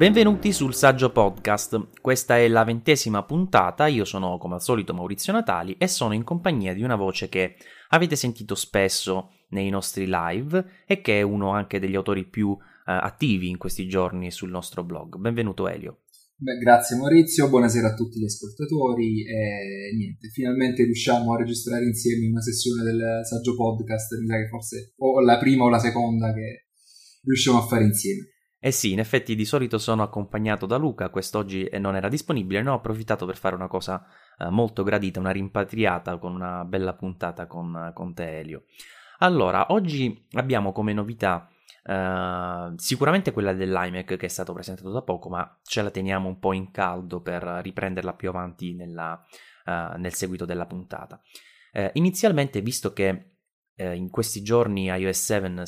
Benvenuti sul Saggio Podcast, questa è la 20ª puntata, io sono come al solito Maurizio Natali e sono in compagnia di una voce che avete sentito spesso nei nostri live e che è uno anche degli autori più attivi in questi giorni sul nostro blog. Benvenuto Elio. Beh, grazie Maurizio, buonasera a tutti gli ascoltatori e niente, finalmente riusciamo a registrare insieme una sessione del Saggio Podcast, mi sa che forse o la prima o la seconda che riusciamo a fare insieme. Eh sì, in effetti di solito sono accompagnato da Luca, quest'oggi non era disponibile, ne ho approfittato per fare una cosa molto gradita, una rimpatriata con una bella puntata con te Elio. Allora, oggi abbiamo come novità sicuramente quella dell'iMac che è stato presentato da poco, ma ce la teniamo un po' in caldo per riprenderla più avanti nel seguito della puntata. Inizialmente, visto che in questi giorni iOS 7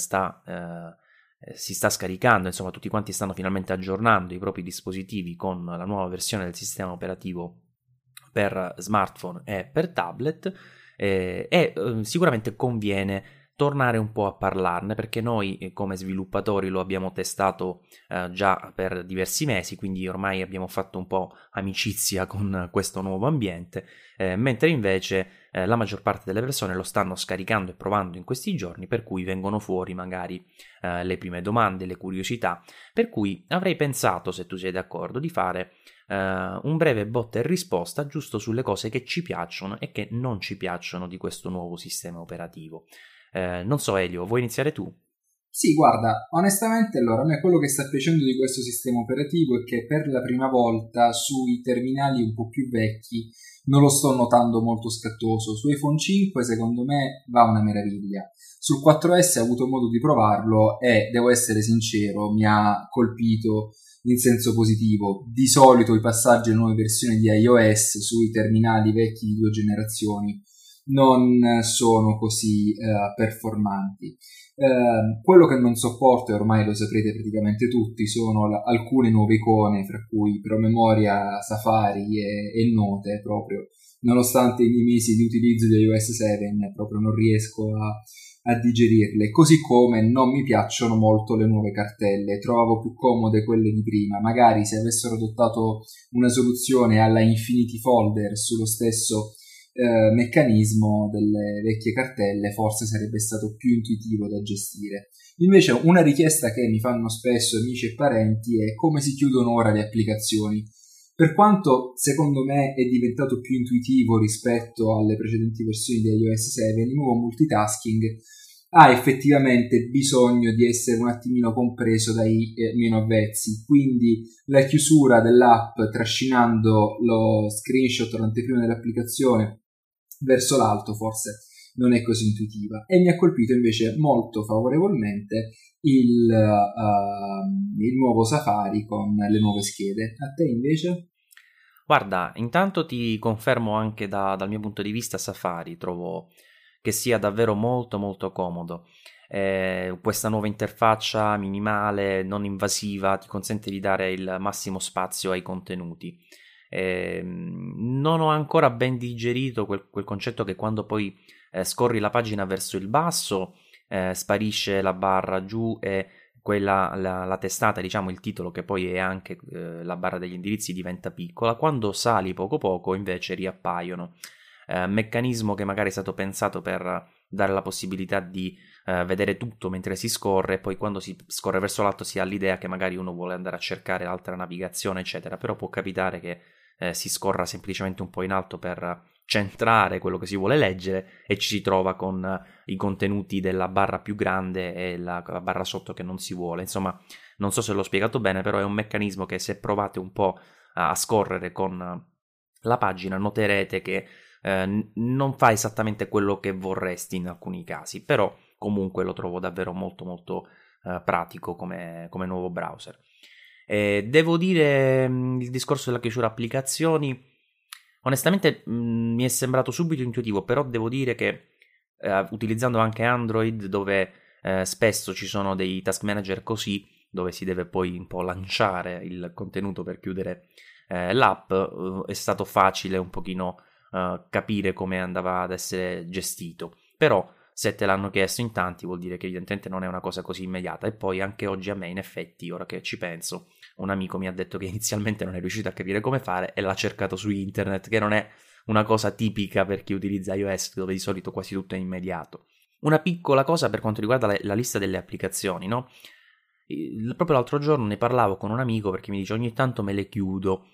si sta scaricando, insomma tutti quanti stanno finalmente aggiornando i propri dispositivi con la nuova versione del sistema operativo per smartphone e per tablet, sicuramente conviene tornare un po' a parlarne, perché noi come sviluppatori lo abbiamo testato già per diversi mesi, quindi ormai abbiamo fatto un po' amicizia con questo nuovo ambiente, mentre invece la maggior parte delle persone lo stanno scaricando e provando in questi giorni, per cui vengono fuori magari le prime domande, le curiosità, per cui avrei pensato, se tu sei d'accordo, di fare un breve botta e risposta giusto sulle cose che ci piacciono e che non ci piacciono di questo nuovo sistema operativo. Non so Elio, vuoi iniziare tu? Sì, guarda, onestamente allora a me quello che sta piacendo di questo sistema operativo è che per la prima volta sui terminali un po' più vecchi non lo sto notando molto scattoso. Su iPhone 5 secondo me va una meraviglia. Sul 4S ho avuto modo di provarlo e devo essere sincero, mi ha colpito in senso positivo. Di solito i passaggi alle nuove versioni di iOS sui terminali vecchi di 2 generazioni non sono così performanti. Quello che non sopporto, e ormai lo saprete praticamente tutti, sono alcune nuove icone, fra cui promemoria, Safari e note, proprio nonostante i miei mesi di utilizzo di iOS 7 proprio non riesco a digerirle, così come non mi piacciono molto le nuove cartelle, trovavo più comode quelle di prima. Magari se avessero adottato una soluzione alla Infinity Folder sullo stesso meccanismo delle vecchie cartelle, forse sarebbe stato più intuitivo da gestire. Invece una richiesta che mi fanno spesso amici e parenti è come si chiudono ora le applicazioni. Per quanto secondo me è diventato più intuitivo rispetto alle precedenti versioni di iOS 7, il nuovo multitasking ha effettivamente bisogno di essere un attimino compreso dai meno avvezzi, quindi la chiusura dell'app trascinando lo screenshot o l'anteprima dell'applicazione verso l'alto forse non è così intuitiva, e mi ha colpito invece molto favorevolmente il nuovo Safari con le nuove schede. A te invece? Guarda, intanto ti confermo anche dal mio punto di vista Safari, trovo che sia davvero molto molto comodo. Questa nuova interfaccia minimale, non invasiva, ti consente di dare il massimo spazio ai contenuti. Non ho ancora ben digerito quel concetto che quando poi scorri la pagina verso il basso sparisce la barra giù e la testata, diciamo il titolo che poi è anche la barra degli indirizzi diventa piccola. Quando sali poco poco invece riappaiono. Meccanismo che magari è stato pensato per dare la possibilità di vedere tutto mentre si scorre, e poi quando si scorre verso l'alto si ha l'idea che magari uno vuole andare a cercare altra navigazione eccetera, però può capitare che si scorra semplicemente un po' in alto per centrare quello che si vuole leggere e ci si trova con i contenuti della barra più grande e la barra sotto che non si vuole. Insomma, non so se l'ho spiegato bene, però è un meccanismo che se provate un po' a scorrere con la pagina noterete che non fa esattamente quello che vorresti in alcuni casi, però comunque lo trovo davvero molto molto pratico come nuovo browser. Devo dire, il discorso della chiusura applicazioni, onestamente mi è sembrato subito intuitivo, però devo dire che utilizzando anche Android, dove spesso ci sono dei task manager così, dove si deve poi un po' lanciare il contenuto per chiudere l'app, è stato facile un pochino capire come andava ad essere gestito. Però se te l'hanno chiesto in tanti vuol dire che evidentemente non è una cosa così immediata, e poi anche oggi a me in effetti, ora che ci penso, un amico mi ha detto che inizialmente non è riuscito a capire come fare e l'ha cercato su internet, che non è una cosa tipica per chi utilizza iOS, dove di solito quasi tutto è immediato. Una piccola cosa per quanto riguarda la lista delle applicazioni, no? Proprio l'altro giorno ne parlavo con un amico perché mi dice ogni tanto me le chiudo.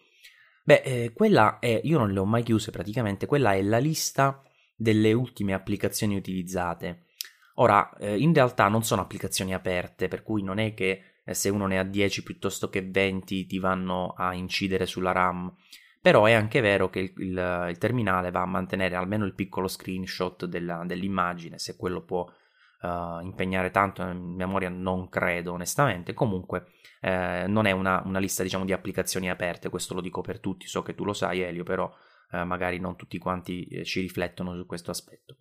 Quella è, io non le ho mai chiuse praticamente, quella è la lista delle ultime applicazioni utilizzate. Ora, in realtà non sono applicazioni aperte, per cui non è che se uno ne ha 10 piuttosto che 20 ti vanno a incidere sulla RAM. Però è anche vero che il terminale va a mantenere almeno il piccolo screenshot dell'immagine, se quello può impegnare tanto in memoria non credo onestamente. Comunque non è una lista diciamo di applicazioni aperte, questo lo dico per tutti, so che tu lo sai Elio, però magari non tutti quanti ci riflettono su questo aspetto.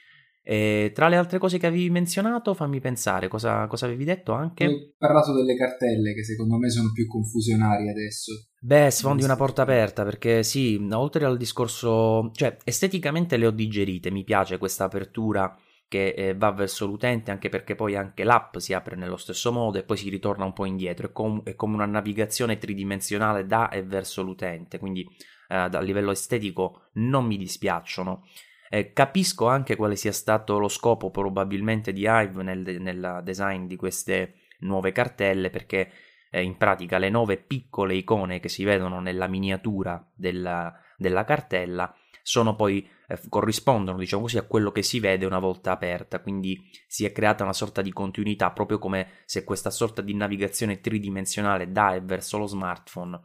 E tra le altre cose che avevi menzionato, fammi pensare, cosa avevi detto anche? Ho parlato delle cartelle che secondo me sono più confusionarie adesso. Beh, sfondi una porta aperta perché sì, oltre al discorso, cioè esteticamente le ho digerite, mi piace questa apertura che va verso l'utente, anche perché poi anche l'app si apre nello stesso modo e poi si ritorna un po' indietro, è come una navigazione tridimensionale da e verso l'utente, quindi a livello estetico non mi dispiacciono. Capisco anche quale sia stato lo scopo probabilmente di Hive nel design di queste nuove cartelle, perché in pratica le 9 piccole icone che si vedono nella miniatura della cartella sono poi corrispondono diciamo così a quello che si vede una volta aperta, quindi si è creata una sorta di continuità, proprio come se questa sorta di navigazione tridimensionale da e verso lo smartphone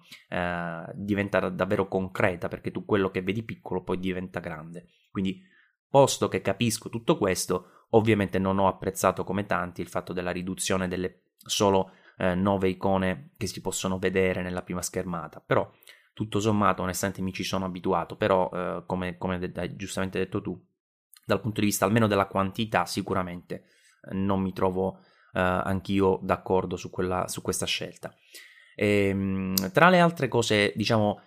diventa davvero concreta, perché tu quello che vedi piccolo poi diventa grande. Quindi, posto che capisco tutto questo, ovviamente non ho apprezzato come tanti il fatto della riduzione delle solo 9 icone che si possono vedere nella prima schermata, però tutto sommato onestamente mi ci sono abituato, però come hai giustamente detto tu, dal punto di vista almeno della quantità sicuramente non mi trovo anch'io d'accordo su questa scelta. Tra le altre cose diciamo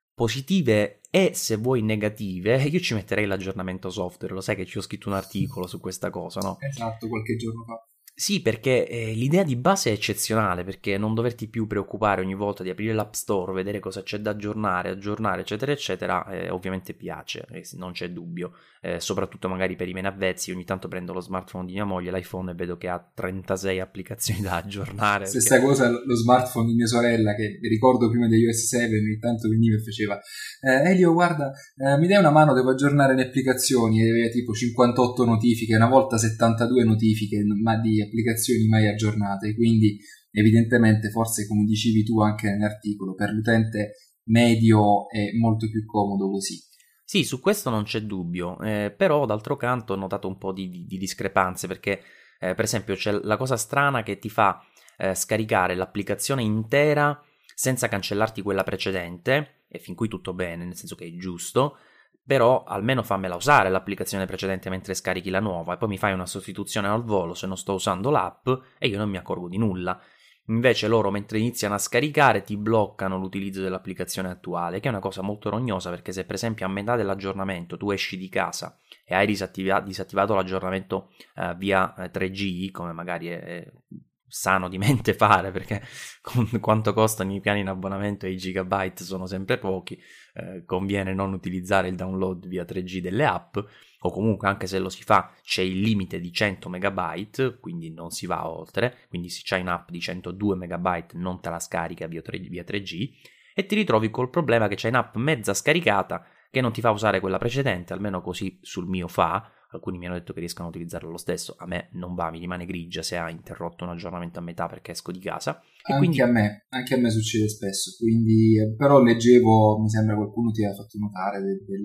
positive e se vuoi negative, io ci metterei l'aggiornamento software, lo sai che ci ho scritto un articolo su questa cosa, no? Esatto, qualche giorno fa. Sì, perché l'idea di base è eccezionale, perché non doverti più preoccupare ogni volta di aprire l'App Store, vedere cosa c'è da aggiornare, eccetera, eccetera, ovviamente piace, non c'è dubbio, soprattutto magari per i meno avvezzi. Ogni tanto prendo lo smartphone di mia moglie, l'iPhone, e vedo che ha 36 applicazioni da aggiornare. Stessa Perché... cosa lo smartphone di mia sorella, che ricordo prima degli iOS 7 ogni tanto veniva e faceva Elio guarda, mi dai una mano, devo aggiornare le applicazioni, e aveva tipo 58 notifiche, una volta 72 notifiche, ma di applicazioni mai aggiornate, quindi evidentemente forse come dicevi tu anche nell'articolo, per l'utente medio è molto più comodo così. Sì, su questo non c'è dubbio, però d'altro canto ho notato un po' di discrepanze, perché per esempio c'è la cosa strana che ti fa scaricare l'applicazione intera senza cancellarti quella precedente, e fin qui tutto bene, nel senso che è giusto, però almeno fammela usare l'applicazione precedente mentre scarichi la nuova, e poi mi fai una sostituzione al volo se non sto usando l'app e io non mi accorgo di nulla. Invece loro mentre iniziano a scaricare ti bloccano l'utilizzo dell'applicazione attuale, che è una cosa molto rognosa, perché se per esempio a metà dell'aggiornamento tu esci di casa e hai disattivato l'aggiornamento via 3G, come magari è sano di mente fare, perché con quanto costano i piani in abbonamento e i gigabyte sono sempre pochi, conviene non utilizzare il download via 3G delle app, o comunque anche se lo si fa c'è il limite di 100 megabyte, quindi non si va oltre, quindi se c'hai un'app di 102 megabyte non te la scarica via 3G e ti ritrovi col problema che c'hai un'app mezza scaricata che non ti fa usare quella precedente, almeno così sul mio fa. Alcuni mi hanno detto che riescono a utilizzarlo lo stesso, a me non va, mi rimane grigia se ha interrotto un aggiornamento a metà perché esco di casa. E Anche quindi a me succede spesso, quindi però leggevo, mi sembra qualcuno ti aveva fatto notare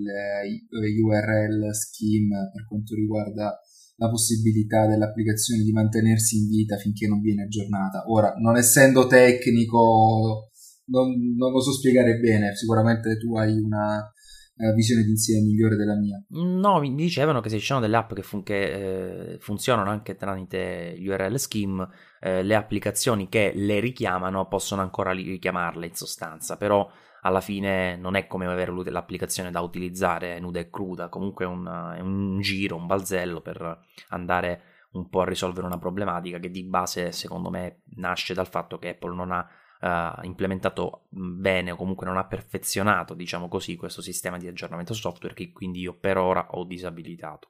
del URL scheme per quanto riguarda la possibilità dell'applicazione di mantenersi in vita finché non viene aggiornata. Ora, non essendo tecnico, non lo so spiegare bene, sicuramente tu hai una visione d'insieme migliore della mia. no, mi dicevano che se ci sono delle app che funzionano anche tramite URL scheme, le applicazioni che le richiamano possono ancora richiamarle in sostanza, però alla fine non è come avere l'applicazione da utilizzare nuda e cruda, comunque è un giro, un balzello per andare un po' a risolvere una problematica che di base secondo me nasce dal fatto che Apple non ha implementato bene, o comunque non ha perfezionato, diciamo così, questo sistema di aggiornamento software, che quindi io per ora ho disabilitato.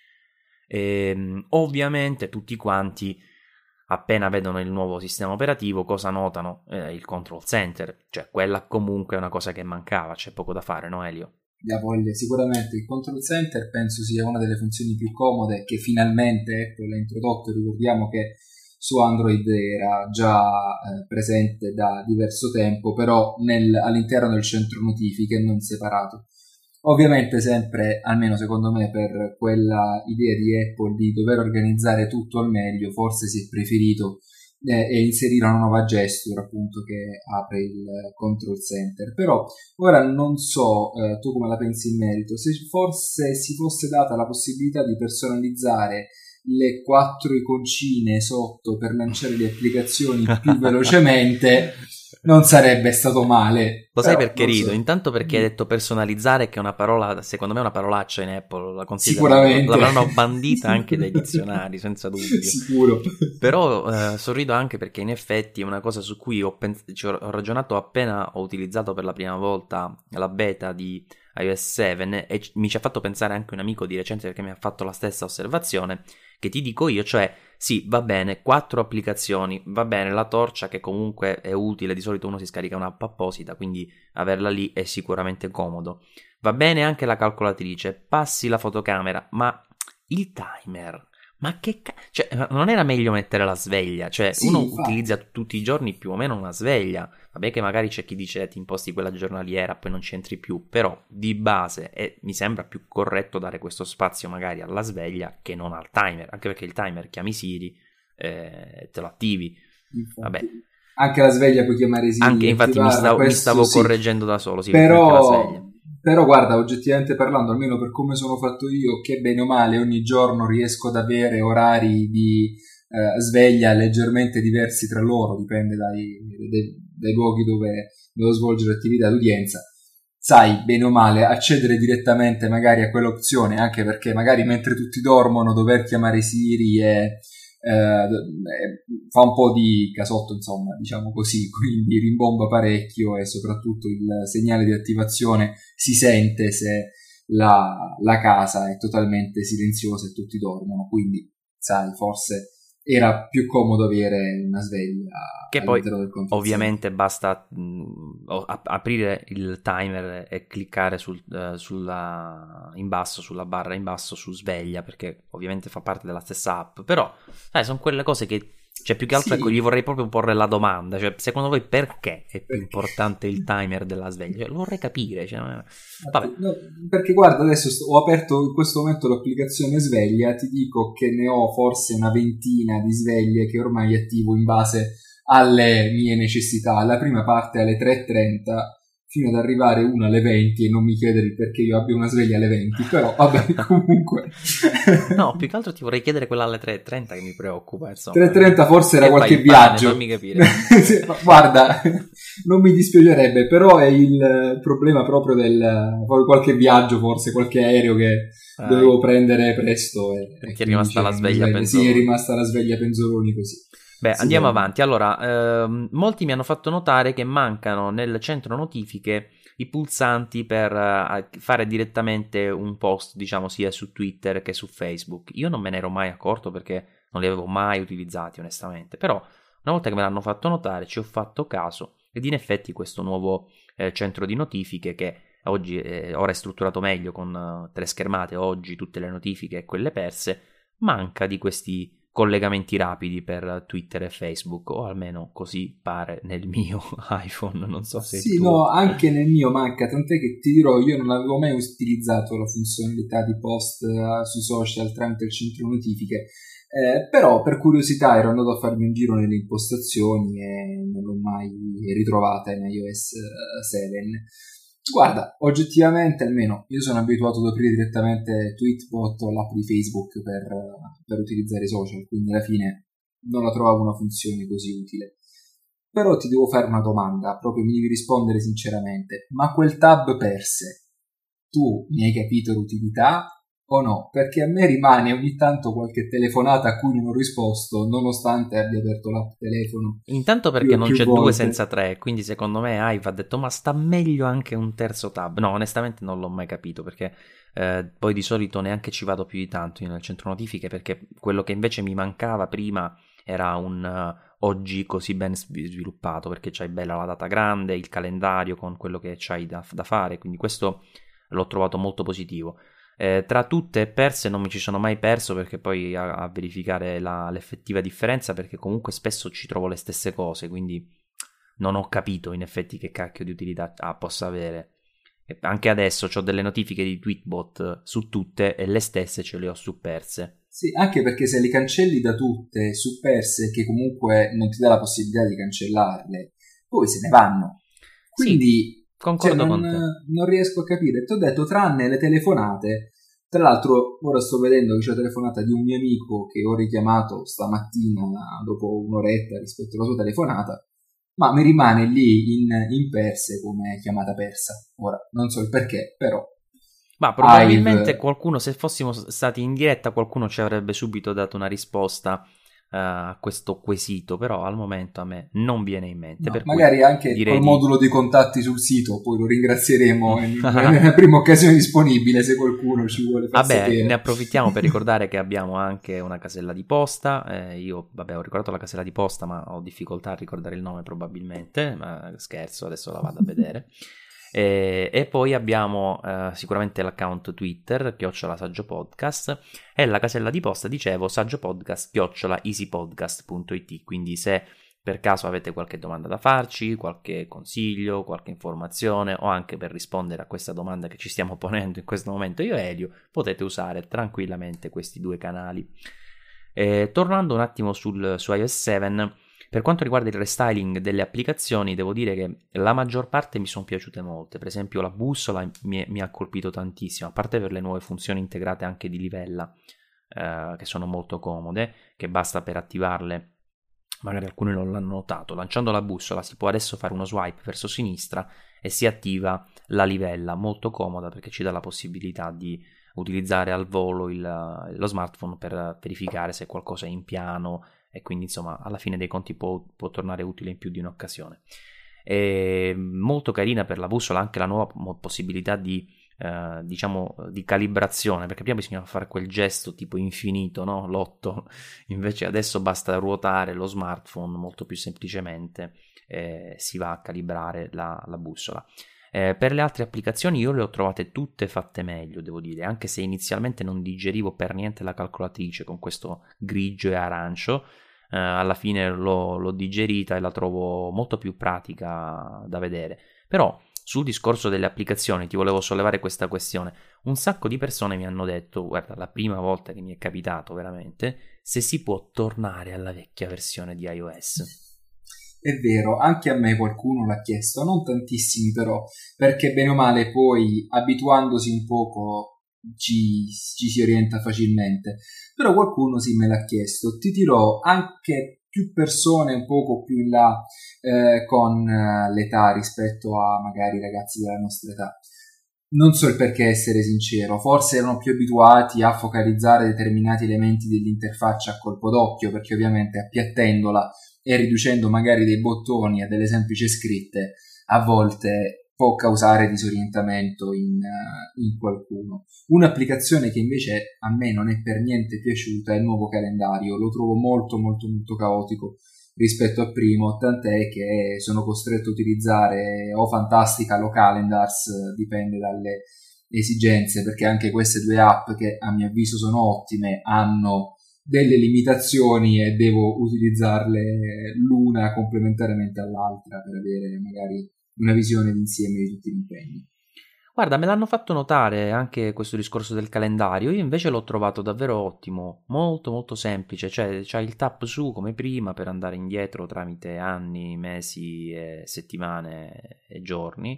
Ovviamente tutti quanti, appena vedono il nuovo sistema operativo, cosa notano? Il control center, cioè quella comunque è una cosa che mancava, c'è poco da fare, no Elio? La voglia, sicuramente il control center penso sia una delle funzioni più comode che finalmente Apple ha introdotto. Ricordiamo che su Android era già presente da diverso tempo, però all'interno del centro notifiche non separato. Ovviamente sempre, almeno secondo me, per quella idea di Apple di dover organizzare tutto al meglio, forse si è preferito inserire una nuova gesture appunto che apre il control center. Però ora non so tu come la pensi in merito, se forse si fosse data la possibilità di personalizzare le 4 iconcine sotto per lanciare le applicazioni più velocemente non sarebbe stato male. Lo sai perché rido? Intanto perché hai detto personalizzare, che è una parola, secondo me è una parolaccia in Apple, la sicuramente l'avranno bandita anche dai dizionari, senza dubbio. Sicuro. Però sorrido anche perché in effetti è una cosa su cui ho ragionato appena ho utilizzato per la prima volta la beta di iOS 7, e mi ci ha fatto pensare anche un amico di recente, perché mi ha fatto la stessa osservazione che ti dico io, cioè sì, va bene, 4 applicazioni, va bene la torcia che comunque è utile, di solito uno si scarica un'app apposita, quindi averla lì è sicuramente comodo. Va bene anche la calcolatrice, passi la fotocamera, ma il timer, ma che cioè, non era meglio mettere la sveglia? Cioè, sì, uno infatti utilizza tutti i giorni più o meno una sveglia. Vabbè che magari c'è chi dice ti imposti quella giornaliera, poi non c'entri più, però di base mi sembra più corretto dare questo spazio magari alla sveglia che non al timer, anche perché il timer chiami Siri, te lo attivi. Infatti. Vabbè. Anche la sveglia puoi chiamare Siri. Anche infatti mi stavo correggendo da solo, sì, però guarda, oggettivamente parlando, almeno per come sono fatto io, che bene o male ogni giorno riesco ad avere orari di sveglia leggermente diversi tra loro, dipende dai luoghi dove devo svolgere attività d'udienza. Sai, bene o male, accedere direttamente magari a quell'opzione, anche perché magari mentre tutti dormono dover chiamare Siri fa un po' di casotto, insomma, diciamo così, quindi rimbomba parecchio, e soprattutto il segnale di attivazione si sente se la casa è totalmente silenziosa e tutti dormono, quindi sai, forse era più comodo avere una sveglia che all'interno poi del control ovviamente basta aprire il timer e cliccare in basso, sulla barra in basso su sveglia, perché ovviamente fa parte della stessa app, però sono quelle cose che, cioè, più che altro, sì. Ecco, gli vorrei proprio porre la domanda, cioè, secondo voi perché è più importante il timer della sveglia? Cioè, lo vorrei capire, cioè, vabbè. No, perché guarda, adesso ho aperto in questo momento l'applicazione sveglia, ti dico che ne ho forse una ventina di sveglie che ormai attivo in base alle mie necessità. La prima parte alle 3:30 fino ad arrivare una alle 20, e non mi chiedere il perché io abbia una sveglia alle 20, però vabbè, comunque. No, più che altro ti vorrei chiedere quella alle 3:30 che mi preoccupa, insomma. 3:30 forse era qualche viaggio. Fammi capire. Guarda, non mi dispiacerebbe, però è il problema proprio qualche viaggio, forse qualche aereo che dovevo prendere presto. Perché è rimasta la sveglia penzoloni. Sì, è rimasta la sveglia penzoloni così. Beh, andiamo avanti. Allora, molti mi hanno fatto notare che mancano nel centro notifiche i pulsanti per fare direttamente un post, diciamo, sia su Twitter che su Facebook. Io non me ne ero mai accorto perché non li avevo mai utilizzati, onestamente. Però, una volta che me l'hanno fatto notare, ci ho fatto caso, ed in effetti questo nuovo centro di notifiche, che oggi ora è strutturato meglio con 3 schermate, oggi tutte le notifiche e quelle perse, manca di questi collegamenti rapidi per Twitter e Facebook, o almeno così pare nel mio iPhone, non so se sì, tu... no, anche nel mio manca, tant'è che ti dirò, io non avevo mai utilizzato la funzionalità di post sui social tramite il centro notifiche, però per curiosità ero andato a farmi un giro nelle impostazioni e non l'ho mai ritrovata in iOS 7. Guarda, oggettivamente, almeno io sono abituato ad aprire direttamente Tweetbot o l'app di Facebook per utilizzare i social, quindi alla fine non la trovavo una funzione così utile. Però ti devo fare una domanda, proprio mi devi rispondere sinceramente, ma quel tab perse, tu ne hai capito l'utilità o no, perché a me rimane ogni tanto qualche telefonata a cui non ho risposto, nonostante abbia aperto l'app telefono Intanto più perché e non più c'è due volte. senza tre, quindi secondo me Hive ha detto ma sta meglio anche un terzo tab. No, onestamente non l'ho mai capito perché poi di solito neanche ci vado più di tanto io nel centro notifiche perché quello che invece mi mancava prima era un OG così ben sviluppato perché c'hai bella la data grande, il calendario con quello che c'hai da fare, quindi questo l'ho trovato molto positivo. Tra tutte e perse non mi ci sono mai perso perché poi a verificare l'effettiva differenza perché comunque spesso ci trovo le stesse cose, quindi non ho capito in effetti che cacchio di utilità possa avere. E anche adesso ho delle notifiche di Tweetbot su tutte e le stesse ce le ho su perse. Sì, anche perché se li cancelli da tutte su perse, che comunque non ti dà la possibilità di cancellarle, poi se ne vanno. Sì, Quindi, cioè, concordo con te. non riesco a capire. Ti ho detto, tranne le telefonate. Tra l'altro, ora sto vedendo che c'è la telefonata di un mio amico che ho richiamato stamattina dopo un'oretta rispetto alla sua telefonata, ma mi rimane lì in perse come chiamata persa. Ora, non so il perché, però Ma Hive. probabilmente qualcuno, se fossimo stati in diretta, qualcuno ci avrebbe subito dato una risposta a questo quesito, però al momento a me non viene in mente, No, per cui magari anche direi col di... modulo di contatti sul sito, poi lo ringrazieremo nella prima occasione disponibile se qualcuno ci vuole far Vabbè, ne sapere. approfittiamo per ricordare che abbiamo anche una casella di posta. Io, vabbè, ho ricordato la casella di posta, ma ho difficoltà a ricordare il nome probabilmente. Ma scherzo, adesso la vado a vedere. E poi abbiamo sicuramente l'account Twitter, @ Saggio Podcast, e la casella di posta, dicevo, Saggio Podcast, @ easypodcast.it. Quindi se per caso avete qualche domanda da farci, qualche consiglio, qualche informazione o anche per rispondere a questa domanda che ci stiamo ponendo in questo momento io e Elio, potete usare tranquillamente questi due canali. Tornando un attimo su iOS 7, per quanto riguarda il restyling delle applicazioni, devo dire che la maggior parte mi sono piaciute molte. Per esempio la bussola mi ha colpito tantissimo, a parte per le nuove funzioni integrate anche di livella, che sono molto comode, che basta per attivarle. Magari alcuni non l'hanno notato, lanciando la bussola si può adesso fare uno swipe verso sinistra e si attiva la livella, molto comoda perché ci dà la possibilità di utilizzare al volo lo smartphone per verificare se qualcosa è in piano e quindi insomma alla fine dei conti può tornare utile in più di un'occasione. È molto carina per la bussola anche la nuova possibilità di diciamo di calibrazione, perché prima bisognava fare quel gesto tipo infinito, no? L'otto. Invece adesso basta ruotare lo smartphone molto più semplicemente, si va a calibrare la bussola. Per le altre applicazioni io le ho trovate tutte fatte meglio, devo dire, anche se inizialmente non digerivo per niente la calcolatrice con questo grigio e arancio, alla fine l'ho digerita e la trovo molto più pratica da vedere. Però sul discorso delle applicazioni ti volevo sollevare questa questione. Un sacco di persone mi hanno detto, guarda, la prima volta che mi è capitato veramente, se si può tornare alla vecchia versione di iOS. È vero, anche a me qualcuno l'ha chiesto, non tantissimi però, perché bene o male poi abituandosi un poco ci si orienta facilmente, però qualcuno sì me l'ha chiesto. Ti dirò anche più persone un poco più in là con l'età rispetto a magari i ragazzi della nostra età. Non so il perché, essere sincero, forse erano più abituati a focalizzare determinati elementi dell'interfaccia a colpo d'occhio, perché ovviamente appiattendola e riducendo magari dei bottoni a delle semplici scritte, a volte può causare disorientamento in qualcuno. Un'applicazione che invece a me non è per niente piaciuta è il nuovo calendario, lo trovo molto molto molto caotico rispetto al primo, tant'è che sono costretto a utilizzare o Fantastica o Calendars, dipende dalle esigenze, perché anche queste due app che a mio avviso sono ottime hanno delle limitazioni e devo utilizzarle l'una complementariamente all'altra per avere magari una visione d'insieme di tutti gli impegni. Guarda, me l'hanno fatto notare anche questo discorso del calendario, io invece l'ho trovato davvero ottimo, molto molto semplice, cioè c'hai il tap su come prima per andare indietro tramite anni, mesi, settimane e giorni,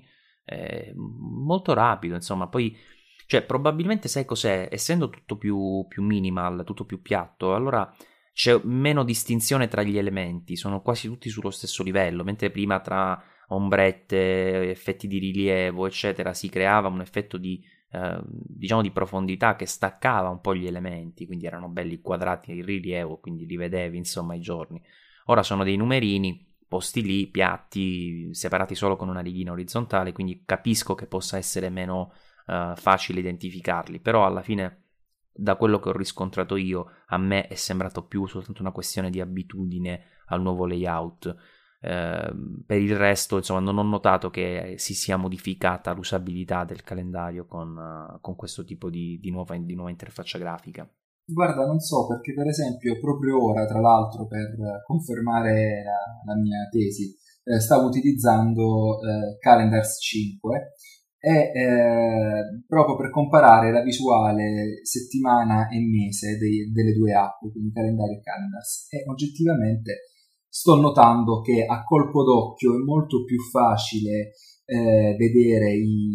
molto rapido, insomma, poi, cioè probabilmente sai cos'è, essendo tutto più minimal, tutto più piatto, allora c'è meno distinzione tra gli elementi, sono quasi tutti sullo stesso livello, mentre prima tra ombrette, effetti di rilievo, eccetera, si creava un effetto di diciamo di profondità che staccava un po' gli elementi, quindi erano belli quadrati in rilievo, quindi li vedevi insomma i giorni. Ora sono dei numerini posti lì, piatti, separati solo con una righina orizzontale, quindi capisco che possa essere meno facile identificarli, però alla fine, da quello che ho riscontrato io, a me è sembrato più soltanto una questione di abitudine al nuovo layout. Per il resto, insomma, non ho notato che si sia modificata l'usabilità del calendario con questo tipo di nuova interfaccia grafica. Guarda, non so, perché per esempio proprio ora, tra l'altro, per confermare la mia tesi, stavo utilizzando Calendars 5 e proprio per comparare la visuale settimana e mese delle due app, quindi calendario e Calendars, e oggettivamente sto notando che a colpo d'occhio è molto più facile vedere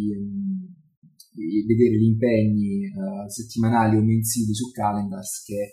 vedere gli impegni settimanali o mensili su Calendars che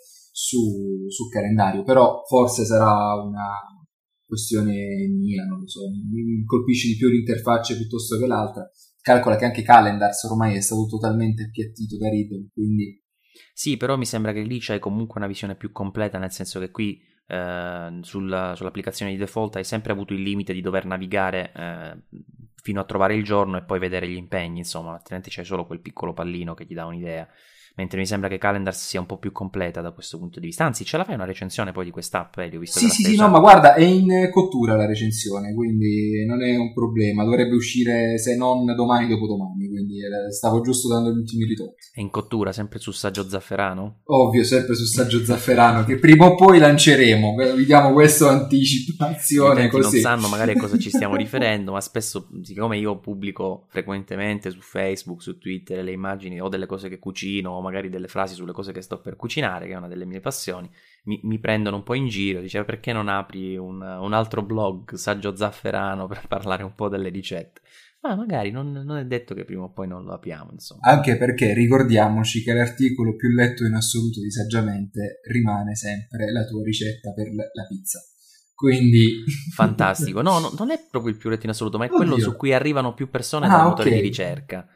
su calendario, però forse sarà una questione mia, non lo so, mi colpisce di più l'interfaccia piuttosto che l'altra. Calcola che anche Calendars ormai è stato totalmente appiattito da Riddle, quindi... Sì, però mi sembra che lì c'è comunque una visione più completa, nel senso che qui sull'applicazione di default hai sempre avuto il limite di dover navigare fino a trovare il giorno e poi vedere gli impegni, insomma, altrimenti c'è solo quel piccolo pallino che ti dà un'idea. Mentre mi sembra che Calendars sia un po' più completa da questo punto di vista. Anzi, ce la fai una recensione poi di quest'app, ho visto che Sì, no, ma guarda, è in cottura la recensione, quindi non è un problema. Dovrebbe uscire, se non domani, dopodomani, quindi stavo giusto dando gli ultimi ritocchi. È in cottura, sempre su Saggio Zafferano? Ovvio, sempre su Saggio Zafferano, che prima o poi lanceremo. Vi diamo questa anticipazione così. Non sanno magari a cosa ci stiamo riferendo, ma spesso, siccome io pubblico frequentemente su Facebook, su Twitter, le immagini o delle cose che cucino, o magari delle frasi sulle cose che sto per cucinare, che è una delle mie passioni, mi prendono un po' in giro, diceva perché non apri un altro blog, Saggio Zafferano, per parlare un po' delle ricette. Ma magari non è detto che prima o poi non lo apriamo, insomma. Anche perché ricordiamoci che l'articolo più letto in assoluto di Saggiamente rimane sempre la tua ricetta per la pizza. Quindi... Fantastico. No, non è proprio il più letto in assoluto, ma è quello su cui arrivano più persone dal motore di ricerca.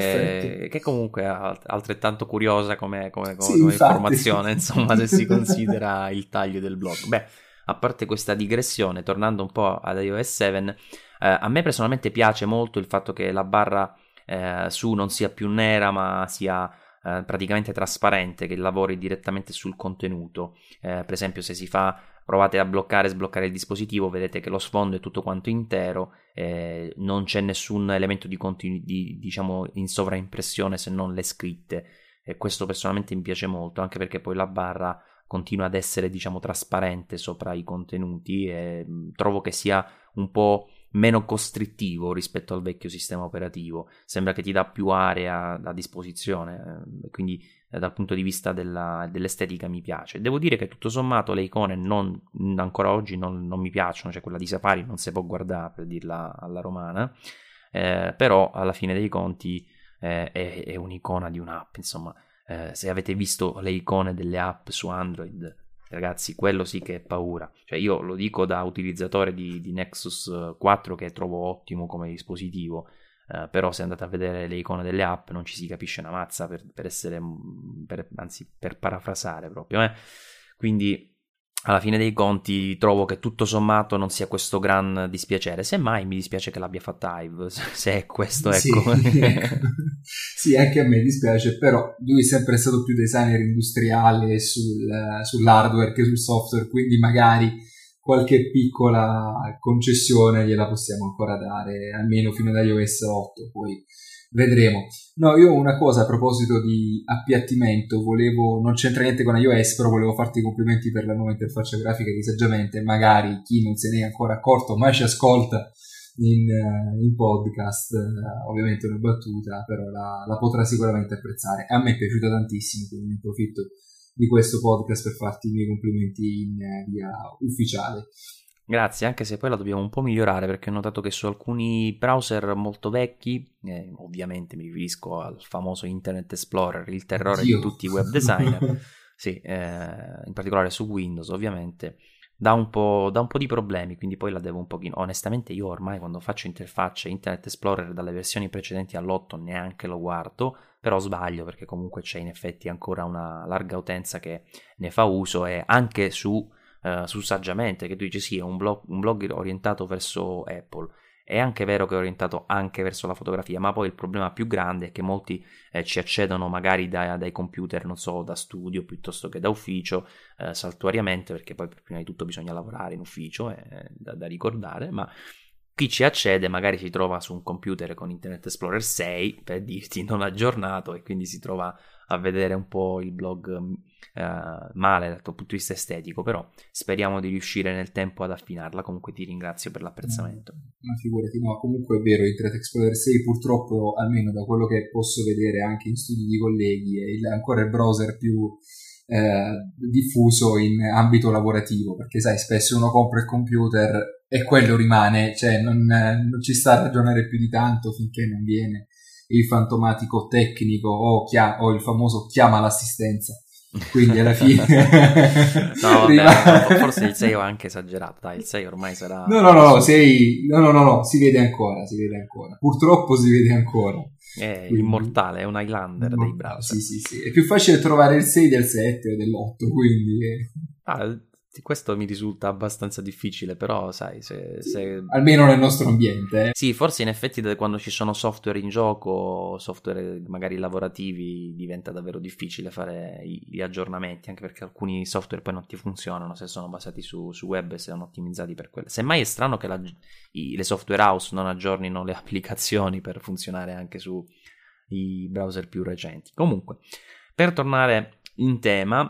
Che comunque è altrettanto curiosa come sì, informazione, insomma, se si considera il taglio del blog. Beh, a parte questa digressione, tornando un po' ad iOS 7, a me personalmente piace molto il fatto che la barra su non sia più nera, ma sia praticamente trasparente, che lavori direttamente sul contenuto. Per esempio, se provate a bloccare e sbloccare il dispositivo, vedete che lo sfondo è tutto quanto intero, non c'è nessun elemento diciamo in sovraimpressione se non le scritte, e questo personalmente mi piace molto, anche perché poi la barra continua ad essere, diciamo, trasparente sopra i contenuti, e trovo che sia un po' meno costrittivo rispetto al vecchio sistema operativo. Sembra che ti dà più area a disposizione, quindi dal punto di vista dell'estetica mi piace. Devo dire che tutto sommato le icone ancora oggi non mi piacciono, cioè quella di Safari non si può guardare, per dirla alla romana, però alla fine dei conti è un'icona di un'app, insomma. Se avete visto le icone delle app su Android, ragazzi, quello sì che è paura. Cioè, io lo dico da utilizzatore di Nexus 4, che trovo ottimo come dispositivo, però se andate a vedere le icone delle app non ci si capisce una mazza, anzi per parafrasare proprio, quindi alla fine dei conti trovo che tutto sommato non sia questo gran dispiacere. Semmai mi dispiace che l'abbia fatta Ive, se è questo, ecco. Sì, anche a me dispiace, però lui è sempre stato più designer industriale sull'hardware che sul software, quindi magari qualche piccola concessione gliela possiamo ancora dare, almeno fino ad iOS 8, poi vedremo. No, io una cosa a proposito di appiattimento, non c'entra niente con iOS, però volevo farti i complimenti per la nuova interfaccia grafica di Saggiamente. Magari chi non se ne è ancora accorto, ma ci ascolta in podcast, ovviamente è una battuta, però la potrà sicuramente apprezzare. A me è piaciuta tantissimo, quindi ne approfitto di questo podcast per farti i miei complimenti in via ufficiale. Grazie, anche se poi la dobbiamo un po' migliorare, perché ho notato che su alcuni browser molto vecchi, ovviamente mi riferisco al famoso Internet Explorer, il terrore di tutti i web designer, sì, in particolare su Windows ovviamente, dà un po' di problemi, quindi poi la devo un pochino. Onestamente io ormai quando faccio interfacce Internet Explorer dalle versioni precedenti all'8 neanche lo guardo, però sbaglio perché comunque c'è in effetti ancora una larga utenza che ne fa uso, e anche su Saggiamente, che tu dici sì, è un blog orientato verso Apple. È anche vero che è orientato anche verso la fotografia, ma poi il problema più grande è che molti ci accedono magari dai computer, non so, da studio piuttosto che da ufficio, saltuariamente, perché poi prima di tutto bisogna lavorare in ufficio, da ricordare, ma chi ci accede magari si trova su un computer con Internet Explorer 6, per dirti, non aggiornato, e quindi si trova a vedere un po' il blog male dal punto di vista estetico, però speriamo di riuscire nel tempo ad affinarla. Comunque ti ringrazio per l'apprezzamento. Ma figurati, no, comunque è vero, Internet Explorer 6 purtroppo, almeno da quello che posso vedere anche in studi di colleghi, è ancora il browser più diffuso in ambito lavorativo, perché sai, spesso uno compra il computer e quello rimane, cioè non ci sta a ragionare più di tanto finché non viene il fantomatico tecnico o il famoso chiama l'assistenza. Quindi alla fine no, vabbè, forse il 6 ho anche esagerato, dai, il 6 ormai sarà no, si vede ancora, purtroppo si vede ancora. È immortale, è un Highlander dei browser. Sì, è più facile trovare il 6 del 7 o dell'8, quindi questo mi risulta abbastanza difficile, però sai, se... almeno nel nostro ambiente. Sì, forse in effetti quando ci sono software in gioco, software magari lavorativi, diventa davvero difficile fare gli aggiornamenti, anche perché alcuni software poi non ti funzionano se sono basati su web e se sono ottimizzati per quello. Semmai è strano che le software house non aggiornino le applicazioni per funzionare anche su i browser più recenti. Comunque, per tornare in tema,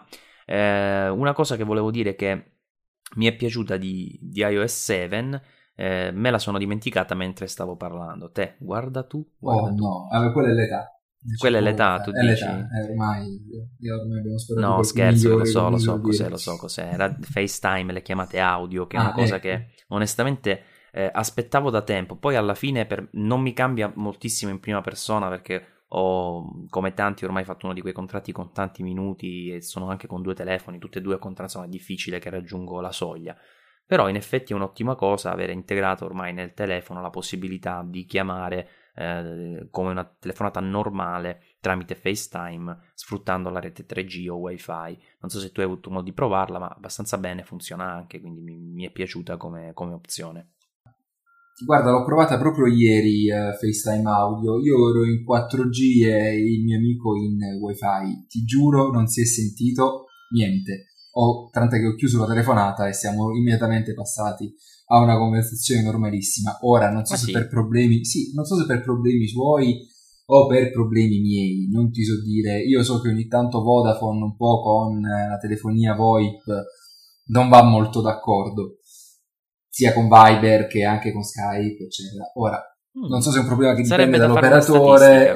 una cosa che volevo dire che mi è piaciuta di iOS 7, me la sono dimenticata mentre stavo parlando. Te, guarda tu. No, quella è l'età. Quella è l'età, tu dici? Ormai abbiamo sperato. No, scherzo, lo so cos'è. Era FaceTime, le chiamate audio, che è una cosa che onestamente aspettavo da tempo. Poi alla fine non mi cambia moltissimo in prima persona, perché ho, come tanti, ormai fatto uno di quei contratti con tanti minuti e sono anche con 2 telefoni, tutte e 2 contratti, insomma è difficile che raggiungo la soglia. Però in effetti è un'ottima cosa avere integrato ormai nel telefono la possibilità di chiamare come una telefonata normale tramite FaceTime, sfruttando la rete 3G o Wi-Fi. Non so se tu hai avuto modo di provarla, ma abbastanza bene, funziona anche, quindi mi è piaciuta come opzione. Guarda, l'ho provata proprio ieri, FaceTime audio. Io ero in 4G e il mio amico in Wi-Fi. Ti giuro, non si è sentito niente. Tant'è che ho chiuso la telefonata e siamo immediatamente passati a una conversazione normalissima. Ora non so se per problemi, non so se per problemi suoi o per problemi miei, non ti so dire. Io so che ogni tanto Vodafone un po' con la telefonia VoIP non va molto d'accordo, sia con Viber che anche con Skype, eccetera. Ora, non so se è un problema che dipende dall'operatore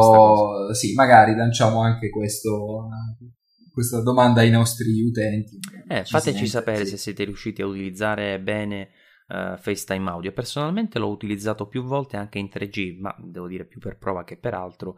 o sì, magari lanciamo anche questa domanda ai nostri utenti. Fateci sapere se siete riusciti a utilizzare bene FaceTime audio. Personalmente l'ho utilizzato più volte anche in 3G, ma devo dire più per prova che per altro,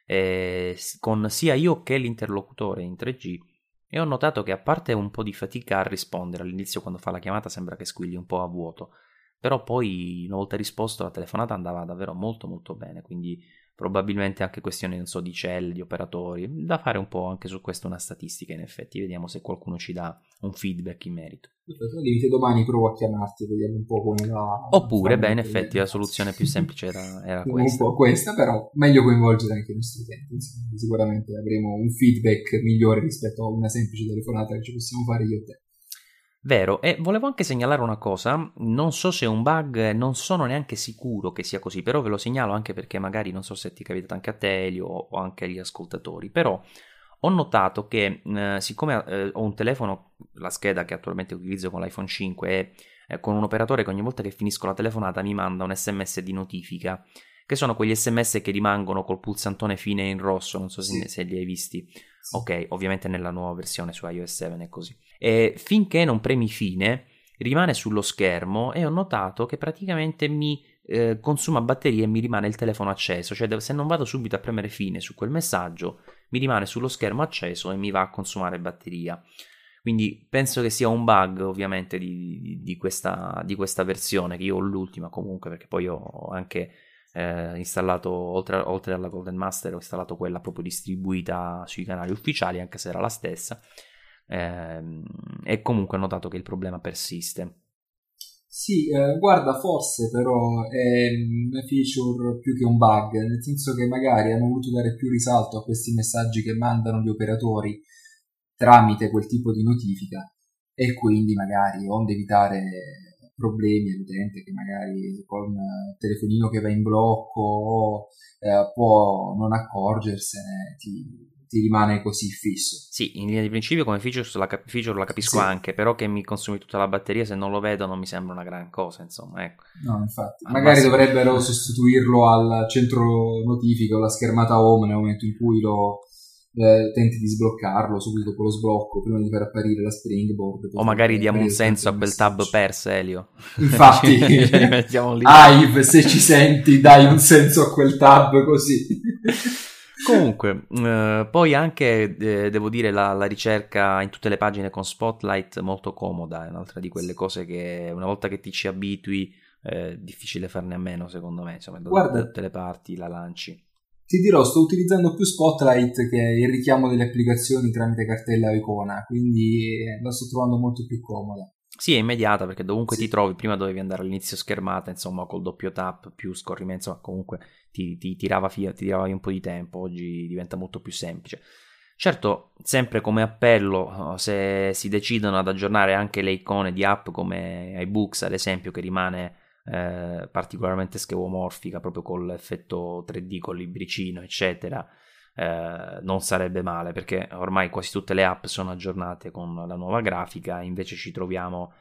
con sia io che l'interlocutore in 3G. E ho notato che, a parte un po' di fatica a rispondere all'inizio, quando fa la chiamata sembra che squilli un po' a vuoto, però poi una volta risposto la telefonata andava davvero molto molto bene, quindi probabilmente anche questioni, non so, di cell, di operatori, da fare un po' anche su questo una statistica, in effetti, vediamo se qualcuno ci dà un feedback in merito. Limite domani provo a chiamarti, vediamo un po' come va. Oppure, in effetti la soluzione più semplice era questa. Un po' questa, però meglio coinvolgere anche i nostri utenti, sicuramente avremo un feedback migliore rispetto a una semplice telefonata che ci possiamo fare io e te. Vero, e volevo anche segnalare una cosa, non so se è un bug, non sono neanche sicuro che sia così, però ve lo segnalo anche perché magari non so se ti è capitato anche a te, Elio, o anche agli ascoltatori, però ho notato che siccome ho un telefono, la scheda che attualmente utilizzo con l'iPhone 5 è con un operatore che ogni volta che finisco la telefonata mi manda un SMS di notifica, che sono quegli SMS che rimangono col pulsantone fine in rosso, non so se li hai visti. Ok, ovviamente nella nuova versione su iOS 7 è così. E finché non premi fine, rimane sullo schermo, e ho notato che praticamente mi consuma batteria e mi rimane il telefono acceso. Cioè, se non vado subito a premere fine su quel messaggio, mi rimane sullo schermo acceso e mi va a consumare batteria. Quindi penso che sia un bug ovviamente di questa versione, che io ho l'ultima comunque, perché poi ho anche installato, oltre alla Golden Master, ho installato quella proprio distribuita sui canali ufficiali, anche se era la stessa, e comunque ho notato che il problema persiste. Sì, guarda, forse però è una feature più che un bug, nel senso che magari hanno voluto dare più risalto a questi messaggi che mandano gli operatori tramite quel tipo di notifica, e quindi magari onde evitare problemi all'utente che magari con il telefonino che va in blocco o può non accorgersene, ti rimane così fisso. Sì, in linea di principio come feature la capisco Sì. anche, però che mi consumi tutta la batteria se non lo vedo non mi sembra una gran cosa, insomma, ecco. No, infatti, Al magari massimo... dovrebbero sostituirlo al centro notifica o alla schermata home nel momento in cui lo tenti di sbloccarlo subito dopo lo sblocco, prima di far apparire la Springboard. O magari Potrebbe diamo un risultare senso a un quel tab messaggio. perse, Elio. Infatti, Ce li mettiamo lì. Hive, se ci senti, dai un senso a quel tab così. Comunque, poi anche, devo dire, la ricerca in tutte le pagine con Spotlight molto comoda, è un'altra di quelle cose che una volta che ti ci abitui è difficile farne a meno, secondo me, insomma, da Guarda, tutte le parti la lanci. ti dirò, sto utilizzando più Spotlight che il richiamo delle applicazioni tramite cartella o icona, quindi la sto trovando molto più comoda. Sì, è immediata perché dovunque ti Sì. trovi, prima dovevi andare all'inizio schermata, insomma, col doppio tap più scorrimento, insomma, comunque ti tirava via un po' di tempo, oggi diventa molto più semplice. Certo, sempre come appello, se si decidono ad aggiornare anche le icone di app come iBooks, ad esempio, che rimane particolarmente schemomorfica, proprio con l'effetto 3D, col libricino, eccetera, non sarebbe male, perché ormai quasi tutte le app sono aggiornate con la nuova grafica, invece ci troviamo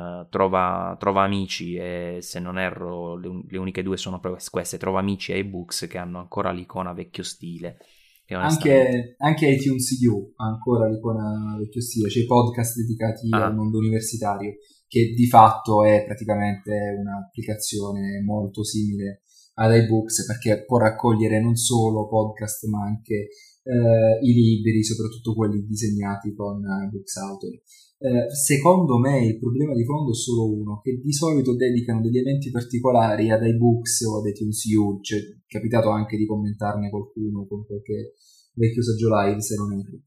trova amici, e se non erro le uniche due sono proprio queste, Trova Amici e iBooks, che hanno ancora l'icona vecchio stile, che onestamente... Anche iTunes U ha ancora l'icona vecchio stile, c'è i podcast dedicati al mondo universitario, che di fatto è praticamente un'applicazione molto simile ad iBooks, perché può raccogliere non solo podcast ma anche i libri, soprattutto quelli disegnati con Books Author. Secondo me il problema di fondo è solo uno, che di solito dedicano degli eventi particolari ad iBooks o ad iTunes U, cioè è capitato anche di commentarne qualcuno con qualche vecchio saggio live, se non erro.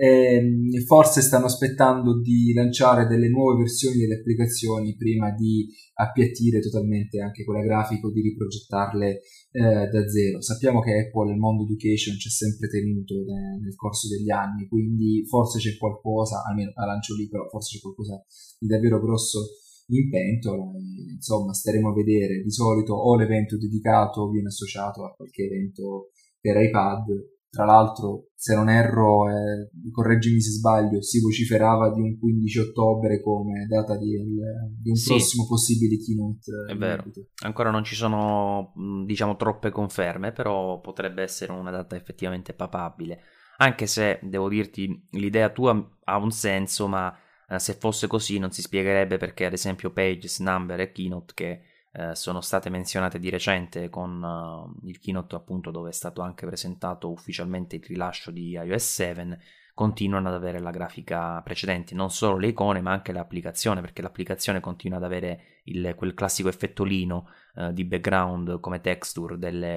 Forse stanno aspettando di lanciare delle nuove versioni delle applicazioni prima di appiattire totalmente anche quella grafica o di riprogettarle da zero. Sappiamo che Apple il mondo education ci ha sempre tenuto nel corso degli anni, quindi forse c'è qualcosa, almeno a lancio lì, però forse c'è qualcosa di davvero grosso in pentola. Insomma, staremo a vedere. Di solito o l'evento dedicato viene associato a qualche evento per iPad. Tra l'altro, se non erro, correggimi se sbaglio, si vociferava di un 15 ottobre come data di un Sì, prossimo possibile keynote. è vero. Ancora non ci sono, diciamo, troppe conferme, però potrebbe essere una data effettivamente papabile. Anche se, devo dirti, l'idea tua ha un senso, ma se fosse così non si spiegherebbe perché, ad esempio, Pages, Number e Keynote, che sono state menzionate di recente con il keynote, appunto, dove è stato anche presentato ufficialmente il rilascio di iOS 7, continuano ad avere la grafica precedente, non solo le icone ma anche l'applicazione, perché l'applicazione continua ad avere quel classico effettolino di background come texture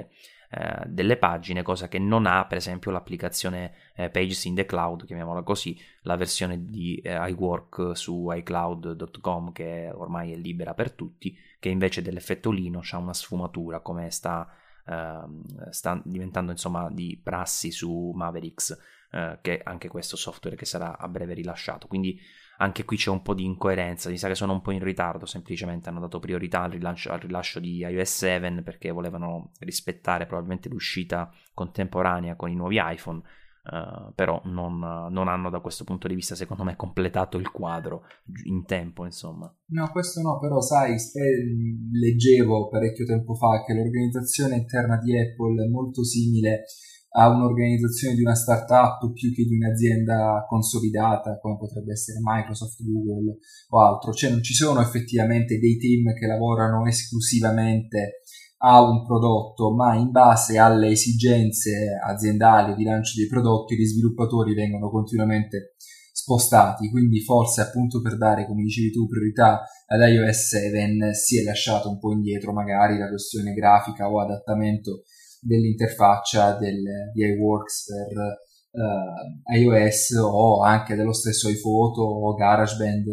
delle pagine, cosa che non ha per esempio l'applicazione Pages in the Cloud, chiamiamola così, la versione di iWork su iCloud.com, che ormai è libera per tutti, che invece dell'effettolino ha una sfumatura, come sta diventando insomma di prassi su Mavericks, che anche questo software che sarà a breve rilasciato. Quindi anche qui c'è un po' di incoerenza, mi sa che sono un po' in ritardo, semplicemente hanno dato priorità al rilascio di iOS 7 perché volevano rispettare probabilmente l'uscita contemporanea con i nuovi iPhone, però non hanno da questo punto di vista, secondo me, completato il quadro in tempo, insomma. No, questo no, però sai, leggevo parecchio tempo fa che l'organizzazione interna di Apple è molto simile a un'organizzazione di una startup più che di un'azienda consolidata come potrebbe essere Microsoft, Google o altro, cioè non ci sono effettivamente dei team che lavorano esclusivamente a un prodotto, ma in base alle esigenze aziendali di lancio dei prodotti gli sviluppatori vengono continuamente spostati, quindi forse appunto per dare, come dicevi tu, priorità ad iOS 7 si è lasciato un po' indietro magari la questione grafica o adattamento dell'interfaccia di iWorks per iOS, o anche dello stesso iPhoto o GarageBand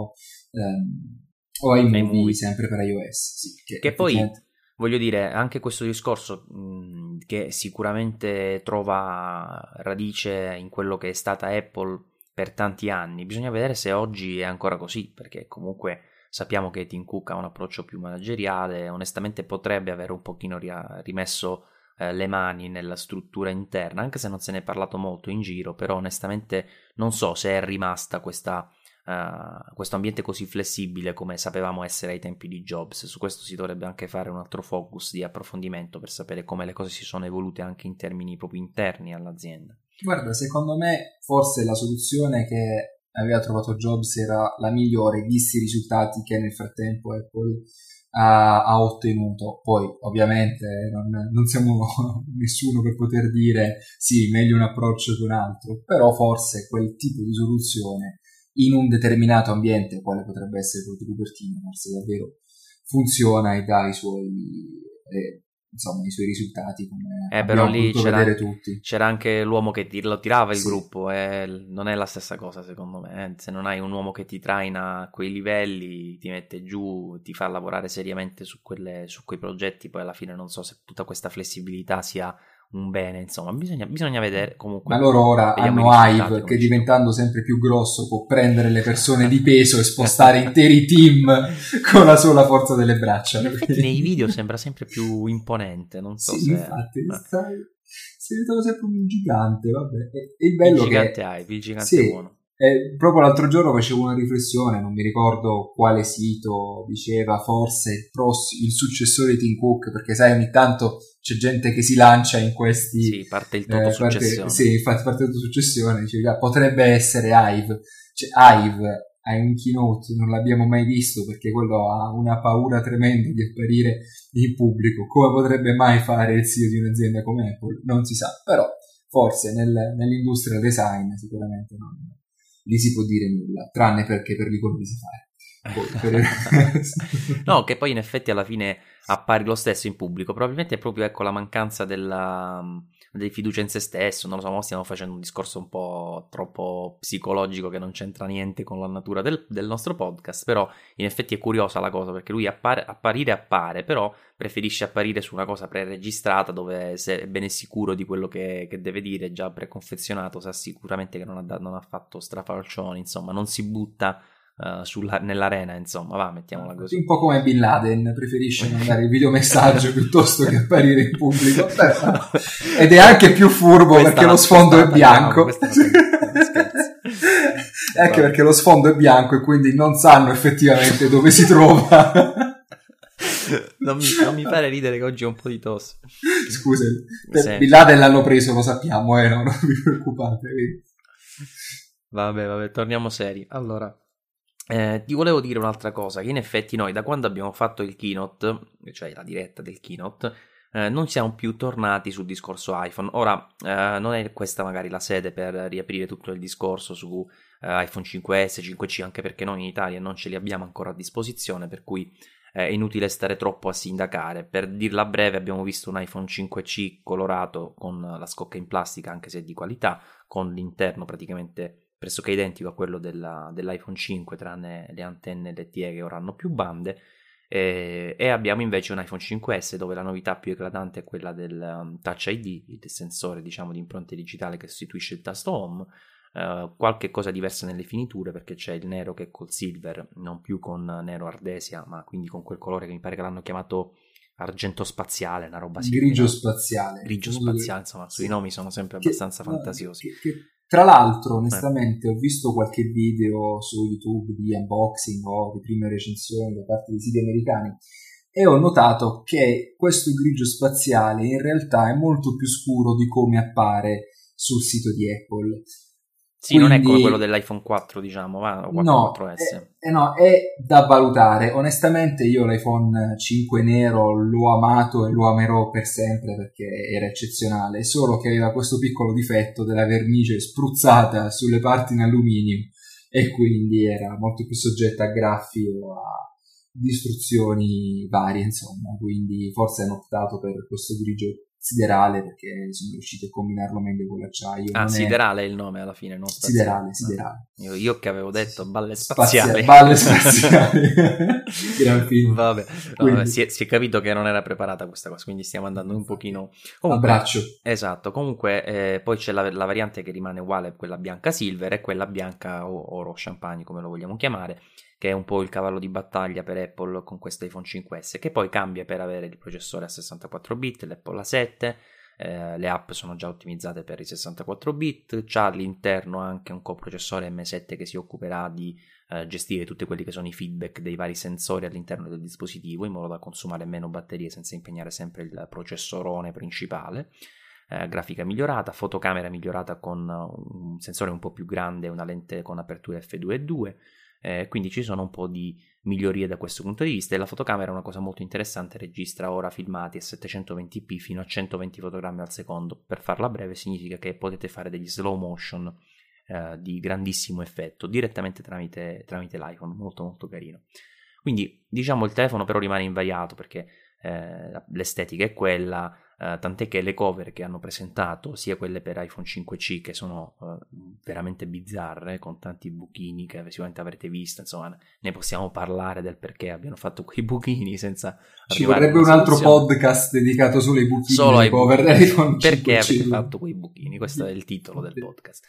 o iMovie sempre per iOS. Sì, che poi voglio dire, anche questo discorso che sicuramente trova radice in quello che è stata Apple per tanti anni, bisogna vedere se oggi è ancora così, perché comunque sappiamo che Tim Cook ha un approccio più manageriale, onestamente potrebbe aver un pochino rimesso le mani nella struttura interna, anche se non se ne è parlato molto in giro, però onestamente non so se è rimasta questo ambiente così flessibile come sapevamo essere ai tempi di Jobs. Su questo si dovrebbe anche fare un altro focus di approfondimento per sapere come le cose si sono evolute anche in termini proprio interni all'azienda. Guarda, secondo me forse la soluzione che aveva trovato Jobs era la migliore, visti i risultati che nel frattempo Apple ha ottenuto. Poi ovviamente non siamo nessuno per poter dire sì, meglio un approccio che un altro, però forse quel tipo di soluzione in un determinato ambiente, quale potrebbe essere quello di Cupertino, forse davvero funziona e dà i suoi risultati, come però lì potuto vedere tutti. C'era anche l'uomo che lo tirava il gruppo, non è la stessa cosa secondo me. Se non hai un uomo che ti traina a quei livelli, ti mette giù, ti fa lavorare seriamente su quei progetti, poi alla fine non so se tutta questa flessibilità sia un bene, insomma, bisogna vedere comunque. Ma loro ora hanno Hive che diventando sempre più grosso può prendere le persone di peso e spostare interi team con la sola forza delle braccia. In effetti nei video sembra sempre più imponente, non so se... infatti, si diventa sempre un gigante, vabbè. E il bello il gigante che... il gigante buono. Proprio l'altro giorno facevo una riflessione, non mi ricordo quale sito diceva forse il successore di Tim Cook, perché sai ogni tanto c'è gente che si lancia in questi... Sì, parte il toto-successione. Parte l'autosuccessione, dice, potrebbe essere Hive. Cioè, Hive ha un keynote, non l'abbiamo mai visto perché quello ha una paura tremenda di apparire in pubblico. Come potrebbe mai fare il CEO di un'azienda come Apple? Non si sa, però forse nell'industria design sicuramente non gli si può dire nulla, tranne perché per l'economia si fa. No, che poi in effetti alla fine appari lo stesso in pubblico, probabilmente è proprio la mancanza di fiducia in se stesso, non lo so, stiamo facendo un discorso un po' troppo psicologico che non c'entra niente con la natura del nostro podcast, però in effetti è curiosa la cosa, perché lui appare, però preferisce apparire su una cosa preregistrata dove è bene sicuro di quello che deve dire, già preconfezionato, sa sicuramente che non ha fatto strafalcioni, insomma, non si butta nell'arena, insomma, mettiamola così. Un po' come Bin Laden, preferisce mandare il videomessaggio piuttosto che apparire in pubblico. Ed è anche più furbo perché lo sfondo è bianco. Anche perché lo sfondo è bianco e quindi non sanno effettivamente dove si trova. Non mi pare ridere che oggi ho un po' di tosse. Scusa, Bin Laden l'hanno preso, lo sappiamo, non vi preoccupate. Vabbè, torniamo seri. Allora, ti volevo dire un'altra cosa, che in effetti noi da quando abbiamo fatto il keynote, cioè la diretta del keynote, non siamo più tornati sul discorso iPhone. Ora, non è questa magari la sede per riaprire tutto il discorso su iPhone 5S, 5C, anche perché noi in Italia non ce li abbiamo ancora a disposizione, per cui è inutile stare troppo a sindacare. Per dirla breve, abbiamo visto un iPhone 5C colorato con la scocca in plastica, anche se di qualità, con l'interno praticamente pressoché identico a quello dell'iPhone 5, tranne le antenne LTE che ora hanno più bande, e abbiamo invece un iPhone 5S dove la novità più eclatante è quella del Touch ID, il sensore diciamo di impronte digitale che sostituisce il tasto home, qualche cosa diversa nelle finiture perché c'è il nero che è col silver, non più con nero ardesia, ma quindi con quel colore che mi pare che l'hanno chiamato argento spaziale, una roba simile. Grigio spaziale, insomma, sui nomi sono sempre abbastanza fantasiosi. Tra l'altro, onestamente, ho visto qualche video su YouTube di unboxing o di prime recensioni da parte di siti americani e ho notato che questo grigio spaziale in realtà è molto più scuro di come appare sul sito di Apple. Sì, non è come quello Quindi dell'iPhone 4, diciamo, o no, 4S. no, è da valutare. Onestamente io l'iPhone 5 nero l'ho amato e lo amerò per sempre perché era eccezionale, solo che aveva questo piccolo difetto della vernice spruzzata sulle parti in alluminio e quindi era molto più soggetta a graffi o a distruzioni varie, insomma, quindi forse hanno optato per questo grigio siderale perché sono riusciti a combinarlo meglio con l'acciaio. Ah, Non è siderale è il nome alla fine, non spaziale. siderale, Ah, siderale. io che avevo Sì, detto sì. balle spaziali. Balle spaziali. Gran film. Vabbè, no, Quindi, si è capito che non era preparata questa cosa, quindi stiamo andando un infatti, pochino... Comunque, abbraccio. esatto, comunque poi c'è la variante che rimane uguale, quella bianca silver e quella bianca oro champagne, come lo vogliamo chiamare, che è un po' il cavallo di battaglia per Apple con questo iPhone 5S, che poi cambia per avere il processore a 64 bit, l'Apple A7, le app sono già ottimizzate per i 64 bit, c'ha all'interno anche un coprocessore M7 che si occuperà di gestire tutti quelli che sono i feedback dei vari sensori all'interno del dispositivo in modo da consumare meno batterie senza impegnare sempre il processorone principale. Grafica migliorata, fotocamera migliorata con un sensore un po' più grande, una lente con apertura f2.2, quindi ci sono un po' di migliorie da questo punto di vista e la fotocamera è una cosa molto interessante, registra ora filmati a 720p fino a 120 fotogrammi al secondo. Per farla breve significa che potete fare degli slow motion di grandissimo effetto direttamente tramite l'iPhone, molto molto carino. Quindi diciamo il telefono però rimane invariato perché l'estetica è quella, tant'è che le cover che hanno presentato, sia quelle per iPhone 5C che sono veramente bizzarre, con tanti buchini che sicuramente avrete visto, insomma ne possiamo parlare del perché abbiano fatto quei buchini senza Ci arrivare a vorrebbe una un altro soluzione. podcast dedicato solo ai buchini Solo delle ai cover buchini. dell'iPhone Perché 5C. avete fatto quei buchini? Questo è il titolo del podcast.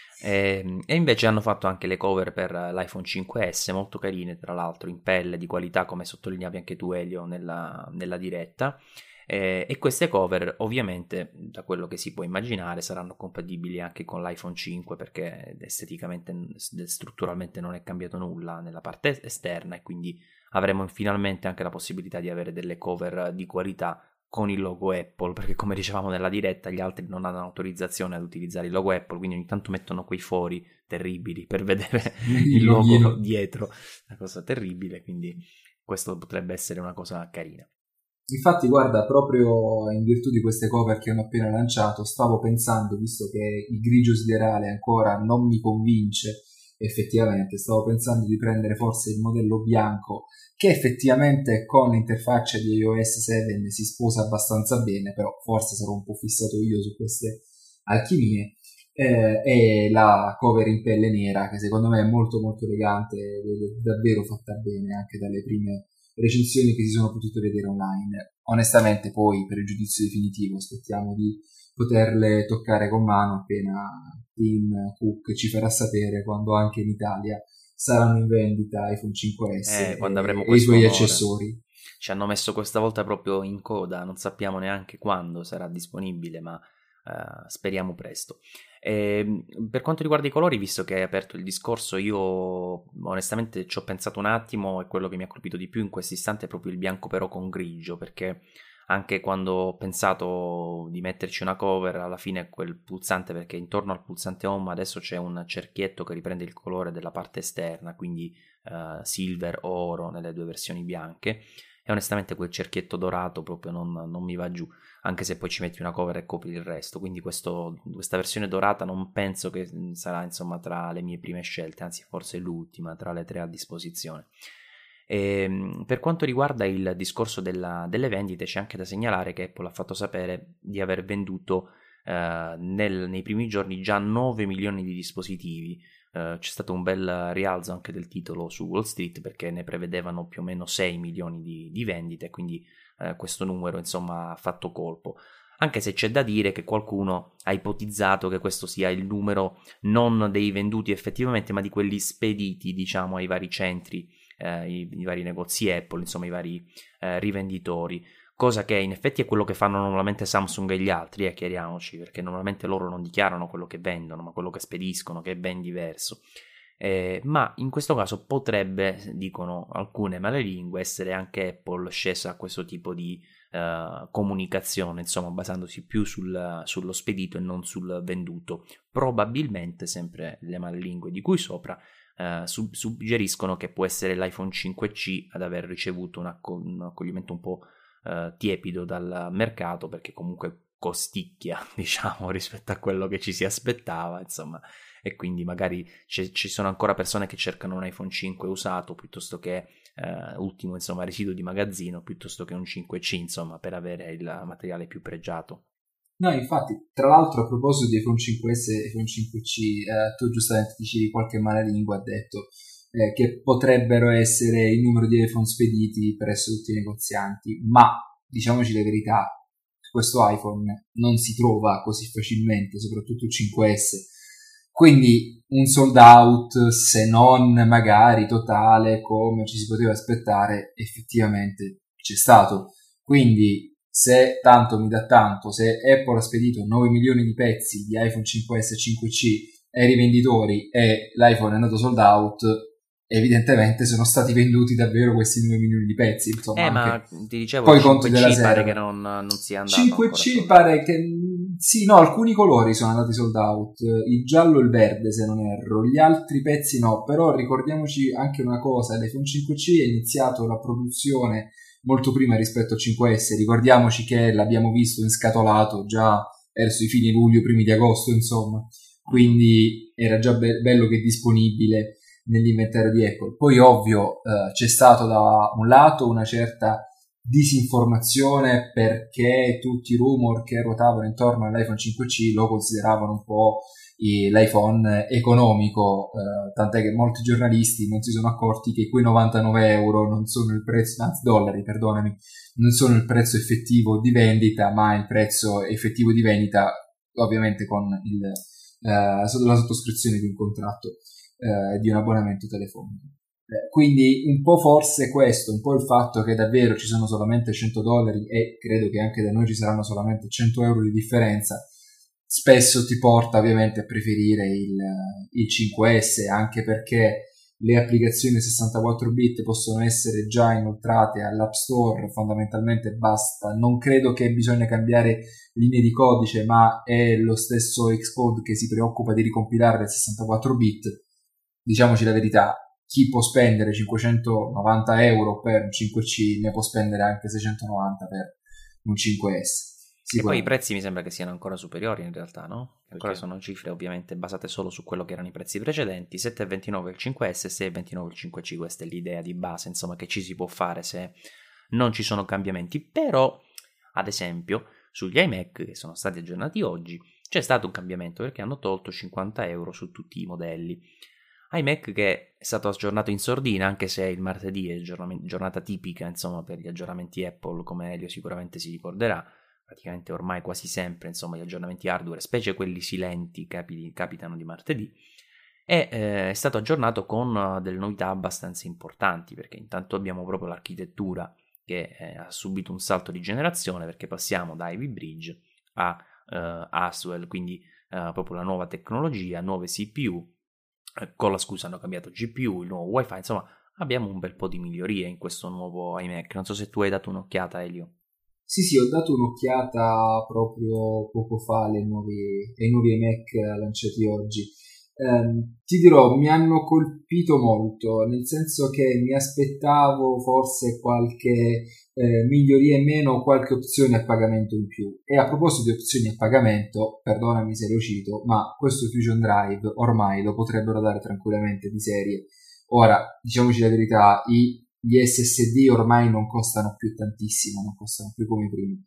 E invece hanno fatto anche le cover per l'iPhone 5S, molto carine tra l'altro, in pelle, di qualità, come sottolineavi anche tu Elio nella diretta. E queste cover ovviamente, da quello che si può immaginare, saranno compatibili anche con l'iPhone 5 perché esteticamente, strutturalmente non è cambiato nulla nella parte esterna e quindi avremo finalmente anche la possibilità di avere delle cover di qualità con il logo Apple, perché come dicevamo nella diretta gli altri non hanno autorizzazione ad utilizzare il logo Apple, quindi ogni tanto mettono quei fori terribili per vedere Il il logo loghino. dietro, una cosa terribile, quindi questo potrebbe essere una cosa carina. Infatti, guarda, proprio in virtù di queste cover che hanno appena lanciato, stavo pensando, visto che il grigio siderale ancora non mi convince, effettivamente, stavo pensando di prendere forse il modello bianco, che effettivamente con l'interfaccia di iOS 7 si sposa abbastanza bene, però forse sarò un po' fissato io su queste alchimie. E la cover in pelle nera, che secondo me è molto molto elegante, davvero fatta bene anche dalle prime recensioni che si sono potute vedere online. Onestamente poi per il giudizio definitivo aspettiamo di poterle toccare con mano appena Tim Cook ci farà sapere quando anche in Italia saranno in vendita iPhone 5S Quando avremo e i questo suoi onore. accessori. Ci hanno messo questa volta proprio in coda, non sappiamo neanche quando sarà disponibile, ma speriamo presto. Per quanto riguarda i colori, visto che hai aperto il discorso, io onestamente ci ho pensato un attimo e quello che mi ha colpito di più in questo istante è proprio il bianco però con grigio, perché anche quando ho pensato di metterci una cover, alla fine quel pulsante, perché intorno al pulsante home adesso c'è un cerchietto che riprende il colore della parte esterna, quindi silver o oro nelle due versioni bianche, e onestamente quel cerchietto dorato proprio non mi va giù, anche se poi ci metti una cover e copri il resto, quindi questa versione dorata non penso che sarà insomma tra le mie prime scelte, anzi forse l'ultima tra le tre a disposizione. Per quanto riguarda il discorso delle vendite, c'è anche da segnalare che Apple ha fatto sapere di aver venduto nei primi giorni già 9 milioni di dispositivi. C'è stato un bel rialzo anche del titolo su Wall Street perché ne prevedevano più o meno 6 milioni di vendite, quindi questo numero insomma ha fatto colpo. Anche se c'è da dire che qualcuno ha ipotizzato che questo sia il numero non dei venduti effettivamente, ma di quelli spediti, diciamo, ai vari centri, i vari negozi Apple, insomma, i vari rivenditori. Cosa che in effetti è quello che fanno normalmente Samsung e gli altri, chiariamoci, perché normalmente loro non dichiarano quello che vendono, ma quello che spediscono, che è ben diverso. Ma in questo caso potrebbe, dicono alcune malelingue, essere anche Apple scesa a questo tipo di comunicazione, insomma, basandosi più sullo spedito e non sul venduto. Probabilmente, sempre le malelingue di cui sopra, suggeriscono che può essere l'iPhone 5C ad aver ricevuto un accoglimento un po' tiepido dal mercato, perché comunque costicchia, diciamo, rispetto a quello che ci si aspettava, insomma, e quindi magari ci sono ancora persone che cercano un iPhone 5 usato piuttosto che ultimo, insomma, residuo di magazzino, piuttosto che un 5C, insomma, per avere il materiale più pregiato. No, infatti, tra l'altro a proposito di iPhone 5S e iPhone 5C, tu giustamente dicevi qualche malalingua, ha detto che potrebbero essere il numero di iPhone spediti presso tutti i negozianti, ma diciamoci la verità, questo iPhone non si trova così facilmente, soprattutto il 5S, quindi un sold out, se non magari totale come ci si poteva aspettare, effettivamente c'è stato. Quindi se tanto mi dà tanto, se Apple ha spedito 9 milioni di pezzi di iPhone 5S e 5C ai rivenditori e l'iPhone è andato sold out, evidentemente sono stati venduti davvero questi 9 milioni di pezzi, insomma, ma anche ti dicevo, poi il i conti della 5C pare sera. che non sia andato 5C ancora pare che sì, no, alcuni colori sono andati sold out, il giallo e il verde se non erro, gli altri pezzi no, però ricordiamoci anche una cosa, l'iPhone 5C è iniziato la produzione molto prima rispetto al 5S, ricordiamoci che l'abbiamo visto inscatolato già verso i fine luglio, primi di agosto, insomma, quindi era già bello che disponibile nell'inventario di Apple. Poi ovvio c'è stato da un lato una certa disinformazione perché tutti i rumor che ruotavano intorno all'iPhone 5C lo consideravano un po' l'iPhone economico, tant'è che molti giornalisti non si sono accorti che quei 99 euro non sono il prezzo, anzi dollari, perdonami, non sono il prezzo effettivo di vendita, ma il prezzo effettivo di vendita ovviamente con la sottoscrizione di un contratto di un abbonamento telefonico. Quindi un po' forse questo, un po' il fatto che davvero ci sono solamente $100 e credo che anche da noi ci saranno solamente 100 euro di differenza, spesso ti porta ovviamente a preferire il 5S, anche perché le applicazioni 64 bit possono essere già inoltrate all'App Store, fondamentalmente basta, non credo che bisogna cambiare linee di codice, ma è lo stesso Xcode che si preoccupa di ricompilare le 64 bit. Diciamoci la verità, chi può spendere 590 euro per un 5C ne può spendere anche 690 per un 5S. E poi i prezzi mi sembra che siano ancora superiori in realtà, no? Ancora Perché? sono cifre ovviamente basate solo su quello che erano i prezzi precedenti, 7,29 il 5S, 6,29 il 5C, questa è l'idea di base, insomma, che ci si può fare se non ci sono cambiamenti. Però, ad esempio, sugli iMac che sono stati aggiornati oggi, c'è stato un cambiamento perché hanno tolto 50 euro su tutti i modelli. iMac che è stato aggiornato in sordina, anche se il martedì è giornata tipica, insomma, per gli aggiornamenti Apple, come Elio sicuramente si ricorderà. Praticamente ormai quasi sempre, insomma, gli aggiornamenti hardware, specie quelli silenti, capitano di martedì, e è stato aggiornato con delle novità abbastanza importanti, perché intanto abbiamo proprio l'architettura che ha subito un salto di generazione, perché passiamo da Ivy Bridge a Haswell, quindi proprio la nuova tecnologia, nuove CPU, con la scusa hanno cambiato GPU, il nuovo WiFi, insomma abbiamo un bel po' di migliorie in questo nuovo iMac. Non so se tu hai dato un'occhiata, Elio. Sì, ho dato un'occhiata proprio poco fa ai nuovi iMac lanciati oggi. Ti dirò, mi hanno colpito molto, nel senso che mi aspettavo forse qualche miglioria in meno, qualche opzione a pagamento in più. E a proposito di opzioni a pagamento, perdonami se lo cito, ma questo Fusion Drive ormai lo potrebbero dare tranquillamente di serie. Ora, diciamoci la verità, gli SSD ormai non costano più tantissimo, non costano più come prima.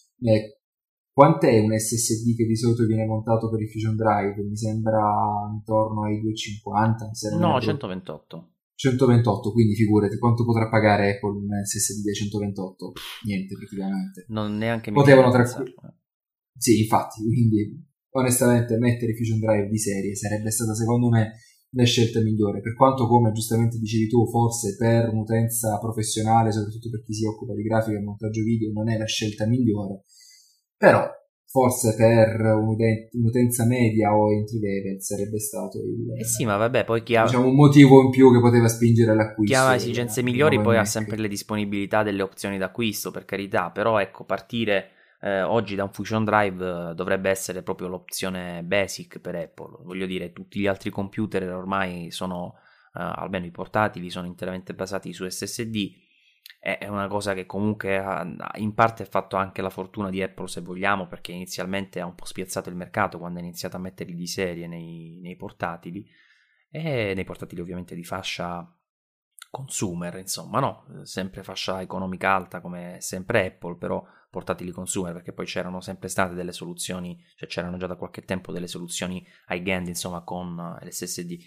Quant'è un SSD che di solito viene montato per il Fusion Drive? Mi sembra intorno ai 250, se non No, erro. 128. 128, quindi figurati quanto potrà pagare con un SSD da 128? Niente praticamente. Non neanche mi Potevano viene a pensarlo. Sì, infatti, quindi onestamente mettere Fusion Drive di serie sarebbe stata secondo me la scelta migliore, per quanto, come giustamente dicevi tu, forse per un'utenza professionale, soprattutto per chi si occupa di grafica e montaggio video, non è la scelta migliore, però forse per un'utenza media o entry level sarebbe stato Eh sì, ma vabbè, poi chi ha, diciamo, un motivo in più che poteva spingere chi l'acquisto ha esigenze del migliori nuovo poi ha iMac. sempre le disponibilità delle opzioni d'acquisto, per carità, però ecco, partire oggi da un Fusion Drive dovrebbe essere proprio l'opzione basic per Apple. Voglio dire, tutti gli altri computer ormai sono, almeno i portatili, sono interamente basati su SSD. È una cosa che comunque in parte ha fatto anche la fortuna di Apple, se vogliamo, perché inizialmente ha un po' spiazzato il mercato quando ha iniziato a metterli di serie nei portatili, e nei portatili ovviamente di fascia consumer, insomma, no? Sempre fascia economica alta come sempre Apple, però portatili consumer, perché poi c'erano sempre state delle soluzioni, cioè c'erano già da qualche tempo delle soluzioni high-end, insomma, con l'SSD.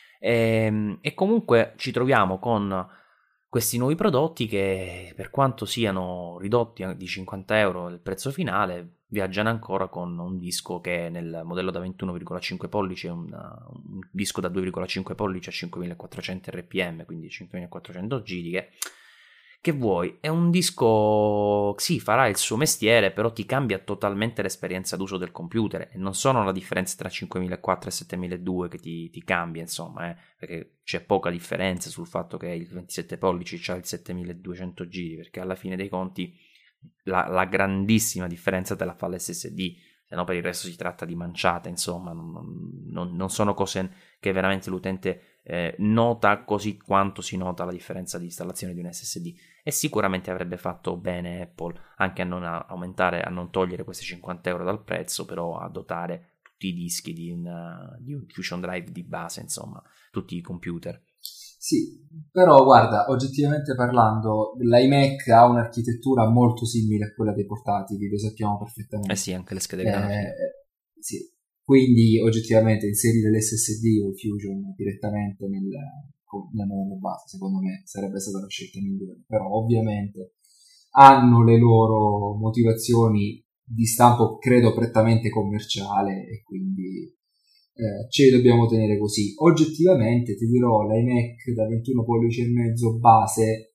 E comunque ci troviamo con questi nuovi prodotti che, per quanto siano ridotti di 50 euro il prezzo finale, viaggiano ancora con un disco che nel modello da 21,5 pollici è un disco da 2,5 pollici a 5400 rpm, quindi 5400 giri, che vuoi, è un disco, sì, farà il suo mestiere, però ti cambia totalmente l'esperienza d'uso del computer, e non sono la differenza tra 5004 e 7002 che ti cambia, insomma, perché c'è poca differenza sul fatto che il 27 pollici c'ha il 7200 giri, perché alla fine dei conti la grandissima differenza te la fa l'SSD, se no per il resto si tratta di manciate, insomma, non sono cose che veramente l'utente nota così quanto si nota la differenza di installazione di un SSD. E sicuramente avrebbe fatto bene Apple anche a non aumentare, a non togliere questi 50 euro dal prezzo, però a dotare tutti i dischi di un Fusion Drive di base, insomma, tutti i computer. Sì, però guarda, oggettivamente parlando, l'iMac ha un'architettura molto simile a quella dei portatili, lo sappiamo perfettamente. Eh sì, anche le schede grafiche. Sì. Quindi oggettivamente inserire l'SSD o il Fusion direttamente nel modello base, secondo me sarebbe stata la scelta migliore, però ovviamente hanno le loro motivazioni di stampo, credo, prettamente commerciale, e quindi ce li dobbiamo tenere così. Oggettivamente ti dirò, l'iMac da 21 pollici e mezzo base,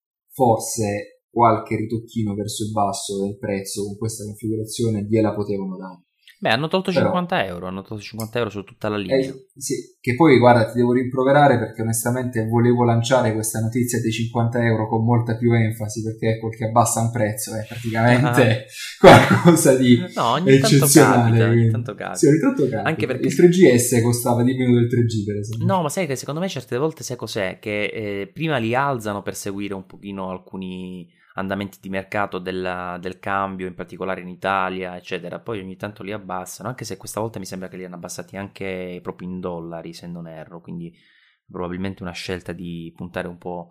forse qualche ritocchino verso il basso del prezzo con questa configurazione gliela potevano dare. Beh, hanno tolto Però, 50 euro, su tutta la linea. sì, che poi guarda, ti devo rimproverare perché onestamente volevo lanciare questa notizia dei 50 euro con molta più enfasi, perché Apple che abbassa un prezzo è praticamente qualcosa di eccezionale. Ogni tanto capita. Sì, ogni tanto capita. Anche perché il 3GS costava di meno del 3G, per esempio. No, ma sai che secondo me certe volte sai cos'è? Che prima li alzano per seguire un pochino alcuni andamenti di mercato del cambio, in particolare in Italia, eccetera. Poi ogni tanto li abbassano, anche se questa volta mi sembra che li hanno abbassati anche proprio in dollari, se non erro, quindi probabilmente una scelta di puntare un po'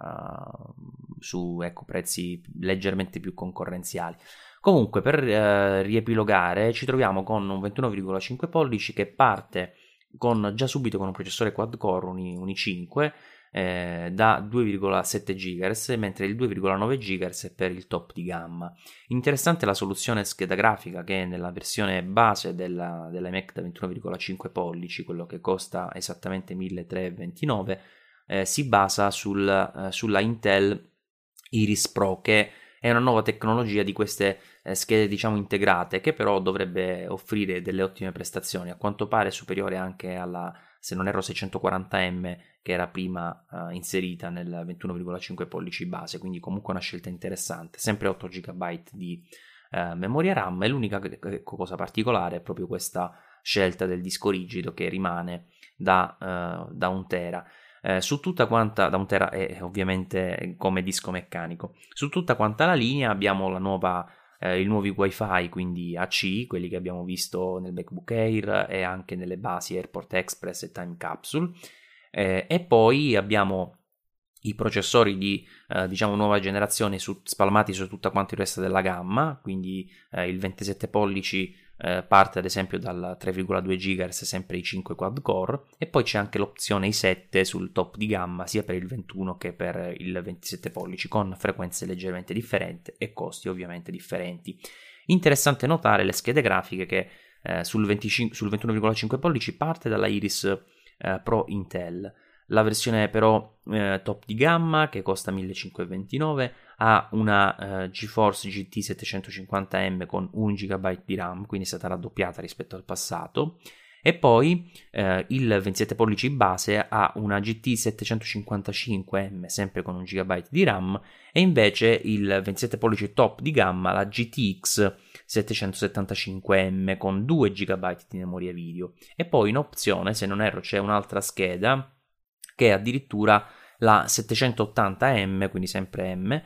su prezzi leggermente più concorrenziali. Comunque, per riepilogare, ci troviamo con un 21,5 pollici che parte già subito con un processore quad-core, un i5, da 2,7 GHz, mentre il 2,9 GHz è per il top di gamma. Interessante la soluzione scheda grafica che nella versione base dell'iMac da 21,5 pollici, quello che costa esattamente 1329, si basa sulla Intel Iris Pro, che è una nuova tecnologia di queste schede, diciamo, integrate, che però dovrebbe offrire delle ottime prestazioni, a quanto pare superiore anche alla, se non erro, 640M che era prima inserita nel 21,5 pollici base, quindi comunque una scelta interessante, sempre 8 GB di memoria RAM, e l'unica cosa particolare è proprio questa scelta del disco rigido che rimane da 1 tera. Su tutta quanta, da 1 tera è ovviamente come disco meccanico. Su tutta quanta la linea abbiamo i nuovi wifi, quindi AC, quelli che abbiamo visto nel MacBook Air e anche nelle basi AirPort Express e Time Capsule, e poi abbiamo i processori di diciamo nuova generazione spalmati su tutta quanta il resto della gamma, quindi il 27 pollici parte ad esempio dal 3,2 GHz, sempre i5 quad core, e poi c'è anche l'opzione i7 sul top di gamma sia per il 21 che per il 27 pollici, con frequenze leggermente differenti e costi ovviamente differenti. Interessante notare le schede grafiche che sul 21,5 pollici parte dalla Iris Pro Intel. La versione però top di gamma, che costa 1529, ha una GeForce GT 750M con 1 GB di RAM, quindi è stata raddoppiata rispetto al passato. E poi il 27 pollici base ha una GT 755M, sempre con 1 GB di RAM, e invece il 27 pollici top di gamma, la GTX 775M con 2 GB di memoria video. E poi in opzione, se non erro, c'è un'altra scheda che è addirittura la 780M, quindi sempre M,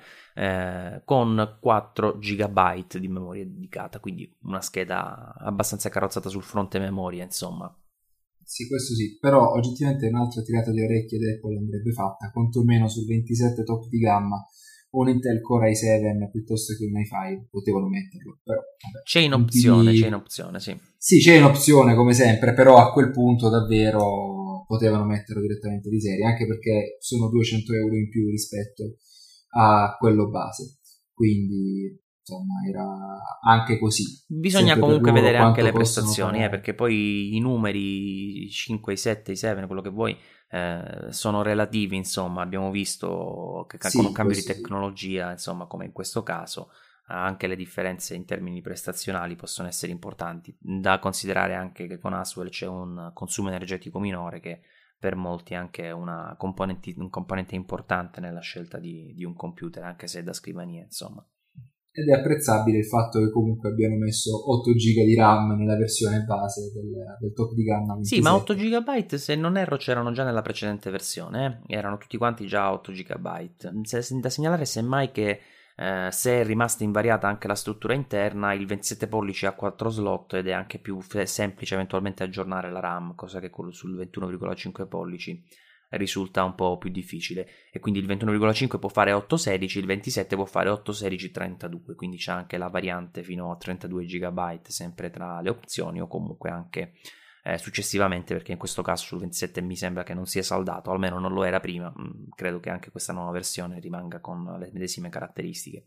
con 4 GB di memoria dedicata, quindi una scheda abbastanza carrozzata sul fronte memoria, insomma. Sì, questo sì, però oggettivamente un'altra tirata di orecchie di Apple andrebbe fatta, quantomeno sul 27 top di gamma, un Intel Core i7 piuttosto che un i5 potevano metterlo, però vabbè. C'è in opzione, sì. Sì, c'è in opzione come sempre, però a quel punto davvero potevano metterlo direttamente di serie, anche perché sono 200 euro in più rispetto a quello base, quindi insomma era anche così. Bisogna comunque vedere anche le prestazioni, pagare. perché poi i numeri, i 5, i 7, i 7, quello che vuoi, sono relativi, insomma, abbiamo visto che con un cambio di tecnologia, insomma, come in questo caso, anche le differenze in termini prestazionali possono essere importanti. Da considerare anche che con Haswell c'è un consumo energetico minore che per molti è anche un componente importante nella scelta di un computer, anche se è da scrivania, insomma. Ed è apprezzabile il fatto che comunque abbiano messo 8 GB di RAM nella versione base del top di gamma 27. Sì, ma 8 GB, se non erro, c'erano già nella precedente versione, erano tutti quanti già 8 GB. Da segnalare semmai che se è rimasta invariata anche la struttura interna, il 27 pollici ha 4 slot ed è anche più semplice eventualmente aggiornare la RAM, cosa che sul 21,5 pollici risulta un po' più difficile, e quindi il 21,5 può fare 816, il 27 può fare 816 32, quindi c'è anche la variante fino a 32 GB sempre tra le opzioni, o comunque anche successivamente, perché in questo caso sul 27 mi sembra che non sia saldato, almeno non lo era prima. Credo che anche questa nuova versione rimanga con le medesime caratteristiche.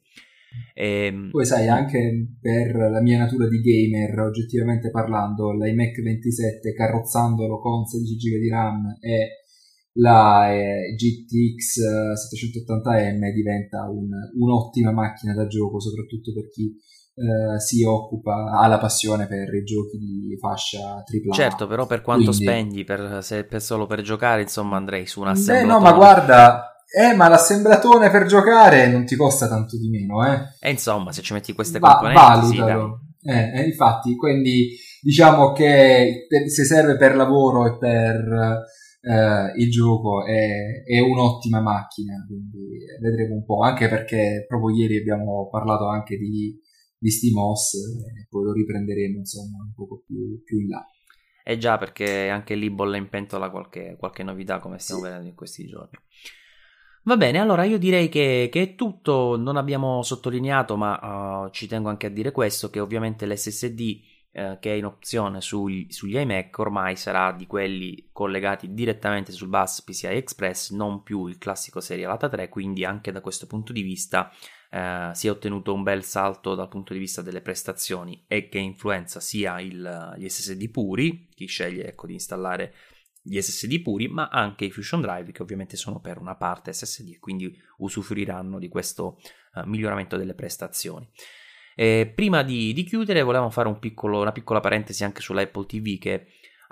Poi sai, anche per la mia natura di gamer, oggettivamente parlando, l'iMac 27 carrozzandolo con 16 GB di RAM e la GTX 780M diventa un'ottima macchina da gioco, soprattutto per chi ha la passione per i giochi di fascia AAA. Certo, però per quanto spendi solo per giocare, insomma, andrei su un assemblatore. No, ma guarda, ma l'assemblatore per giocare non ti costa tanto di meno, E insomma, se ci metti queste componenti, valutalo. Sì, infatti, quindi diciamo che se serve per lavoro e per il gioco è un'ottima macchina, quindi vedremo un po', anche perché proprio ieri abbiamo parlato anche di SteamOS e poi lo riprenderemo insomma un po' più in là. Già, perché anche lì bolle in pentola qualche novità, come stiamo vedendo in questi giorni. Va bene, allora io direi che è tutto. Non abbiamo sottolineato, ma ci tengo anche a dire questo, che ovviamente l'SSD che è in opzione sugli iMac ormai sarà di quelli collegati direttamente sul bus PCI Express, non più il classico serial ATA3, quindi anche da questo punto di vista si è ottenuto un bel salto dal punto di vista delle prestazioni, e che influenza sia gli SSD puri, chi sceglie di installare gli SSD puri, ma anche i Fusion Drive, che ovviamente sono per una parte SSD e quindi usufruiranno di questo miglioramento delle prestazioni. Prima di chiudere, volevamo fare una piccola parentesi anche sull'Apple TV, che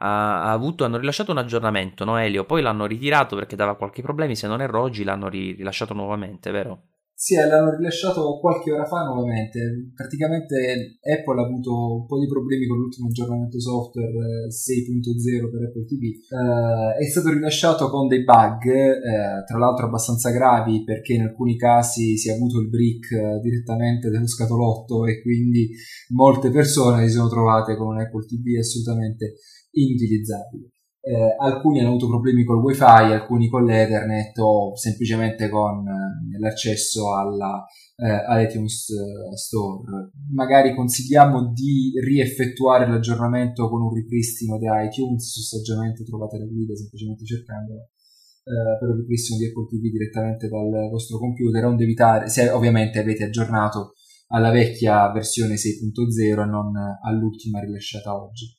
hanno rilasciato un aggiornamento, no Elio? Poi l'hanno ritirato perché dava qualche problemi, se non erro oggi l'hanno rilasciato nuovamente, vero? Sì, l'hanno rilasciato qualche ora fa nuovamente. Praticamente Apple ha avuto un po' di problemi con l'ultimo aggiornamento software 6.0 per Apple TV. È stato rilasciato con dei bug, tra l'altro abbastanza gravi, perché in alcuni casi si è avuto il brick direttamente dello scatolotto e quindi molte persone si sono trovate con un Apple TV assolutamente inutilizzabile. Alcuni hanno avuto problemi col wifi, alcuni con l'Ethernet o semplicemente con l'accesso all'iTunes Store. Magari consigliamo di rieffettuare l'aggiornamento con un ripristino di iTunes. Saggiamente trovate la guida semplicemente cercando per il ripristino di Apple TV direttamente dal vostro computer, onde evitare, se ovviamente avete aggiornato alla vecchia versione 6.0 e non all'ultima rilasciata oggi.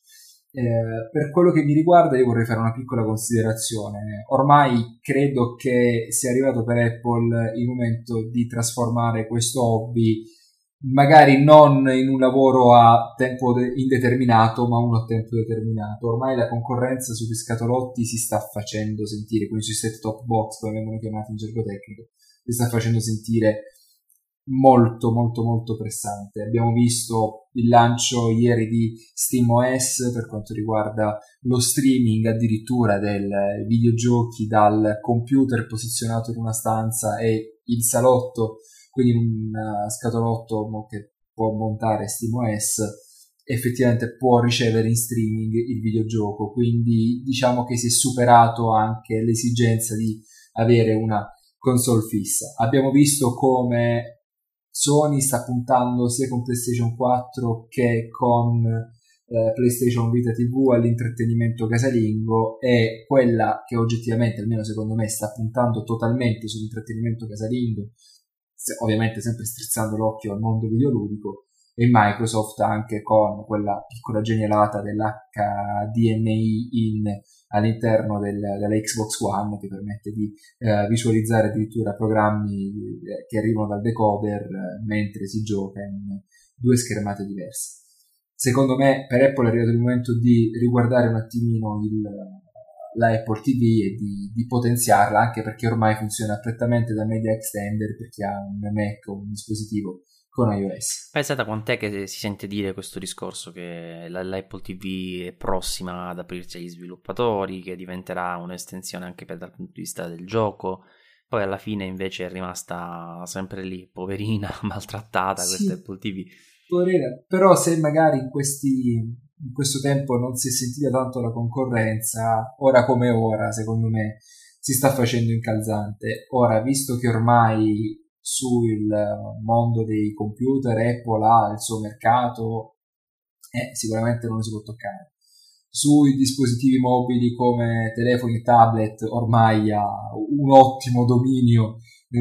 Per quello che mi riguarda, io vorrei fare una piccola considerazione. Ormai credo che sia arrivato per Apple il momento di trasformare questo hobby magari non in un lavoro a tempo indeterminato, ma uno a tempo determinato. Ormai la concorrenza sugli scatolotti si sta facendo sentire, quindi sui set-top box, come vengono chiamati in gergo tecnico, si sta facendo sentire molto molto molto pressante. Abbiamo visto il lancio ieri di SteamOS per quanto riguarda lo streaming addirittura del videogiochi dal computer posizionato in una stanza e il salotto, quindi un scatolotto che può montare SteamOS, effettivamente può ricevere in streaming il videogioco, quindi diciamo che si è superato anche l'esigenza di avere una console fissa. Abbiamo visto come Sony sta puntando sia con PlayStation 4 che con PlayStation Vita TV all'intrattenimento casalingo, e quella che oggettivamente, almeno secondo me, sta puntando totalmente sull'intrattenimento casalingo, ovviamente sempre strizzando l'occhio al mondo videoludico, e Microsoft anche con quella piccola genialata dell'HDMI all'interno della Xbox One, che permette di visualizzare addirittura programmi che arrivano dal decoder mentre si gioca in due schermate diverse. Secondo me per Apple è arrivato il momento di riguardare un attimino la Apple TV e di potenziarla, anche perché ormai funziona prettamente da media extender per chi ha un Mac o un dispositivo con iOS. Pensa da quant'è che si sente dire questo discorso che l'Apple TV è prossima ad aprirsi agli sviluppatori, che diventerà un'estensione anche dal punto di vista del gioco, poi alla fine invece è rimasta sempre lì, poverina, maltrattata, sì, questa Apple TV. Poverina, però se magari in questo tempo non si è sentita tanto la concorrenza, ora come ora secondo me si sta facendo incalzante. Ora, visto che ormai sul mondo dei computer Apple ha il suo mercato, sicuramente non lo si può toccare. Sui dispositivi mobili come telefoni e tablet ormai ha un ottimo dominio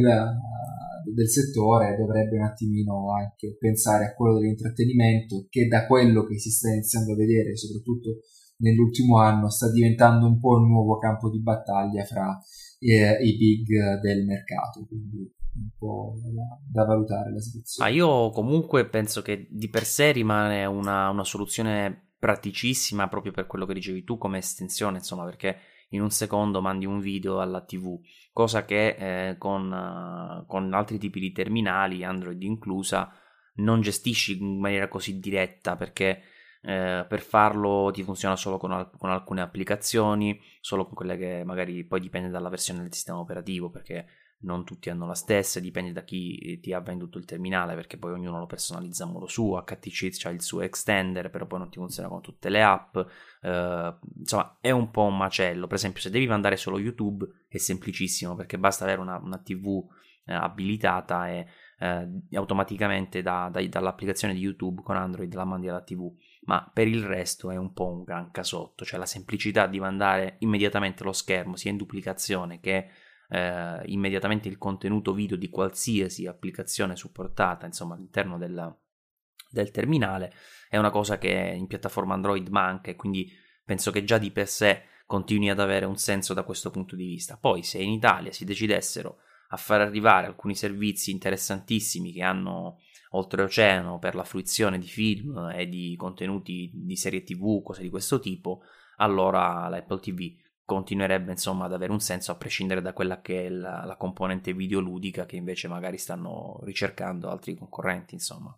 del settore, dovrebbe un attimino anche pensare a quello dell'intrattenimento, che da quello che si sta iniziando a vedere soprattutto nell'ultimo anno sta diventando un po' il nuovo campo di battaglia fra i big del mercato, quindi un po' da valutare la situazione. Ma io comunque penso che di per sé rimane una soluzione praticissima proprio per quello che dicevi tu come estensione, insomma, perché in un secondo mandi un video alla TV, cosa che con altri tipi di terminali, Android inclusa, non gestisci in maniera così diretta, perché per farlo ti funziona solo con alcune applicazioni, solo con quelle che magari poi dipende dalla versione del sistema operativo, perché non tutti hanno la stessa, dipende da chi ti ha venduto il terminale, perché poi ognuno lo personalizza a modo suo. HTC c'ha il suo extender, però poi non ti funziona con tutte le app, insomma è un po' un macello. Per esempio, se devi mandare solo YouTube è semplicissimo, perché basta avere una TV abilitata e automaticamente dall'applicazione di YouTube con Android la mandi alla TV. Ma per il resto è un po' un gran casotto, cioè la semplicità di mandare immediatamente lo schermo sia in duplicazione che immediatamente il contenuto video di qualsiasi applicazione supportata, insomma, all'interno del terminale, è una cosa che in piattaforma Android manca, e quindi penso che già di per sé continui ad avere un senso da questo punto di vista. Poi se in Italia si decidessero a far arrivare alcuni servizi interessantissimi che hanno oltreoceano per la fruizione di film e di contenuti di serie TV, cose di questo tipo, allora l'Apple TV continuerebbe insomma ad avere un senso, a prescindere da quella che è la componente videoludica che invece magari stanno ricercando altri concorrenti, insomma.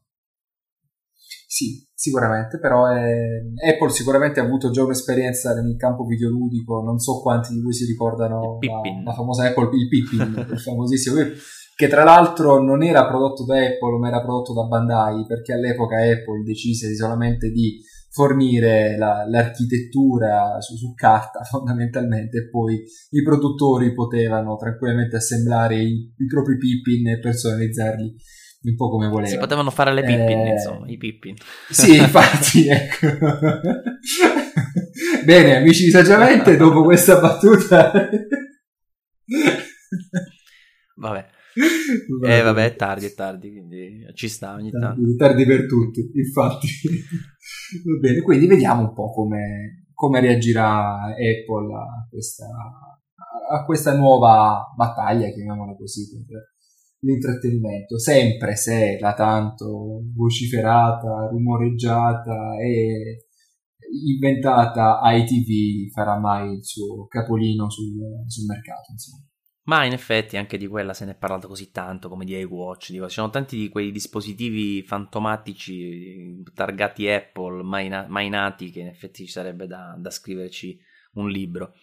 Sì, sicuramente, però Apple sicuramente ha avuto già un'esperienza nel campo videoludico, non so quanti di voi si ricordano la famosa Apple, il Pippin, il famosissimo, che tra l'altro non era prodotto da Apple ma era prodotto da Bandai, perché all'epoca Apple decise solamente di fornire l'architettura su carta fondamentalmente, e poi i produttori potevano tranquillamente assemblare i propri Pippin e personalizzarli un po' come volevano. Si potevano fare le Pippin, insomma, i Pippin. Sì, infatti, ecco. Bene, amici di Saggiamente, dopo questa battuta... Vabbè. Vabbè, è tardi, quindi ci sta ogni tanto. Tardi per tutti, infatti. Va bene, quindi vediamo un po' come reagirà Apple a questa nuova battaglia, chiamiamola così, per l'intrattenimento, sempre se la tanto vociferata, rumoreggiata e inventata ITV farà mai il suo capolino sul mercato, insomma. Ma in effetti anche di quella se ne è parlato così tanto come di iWatch, ci sono tanti di quei dispositivi fantomatici targati Apple mai nati che in effetti ci sarebbe da scriverci un libro.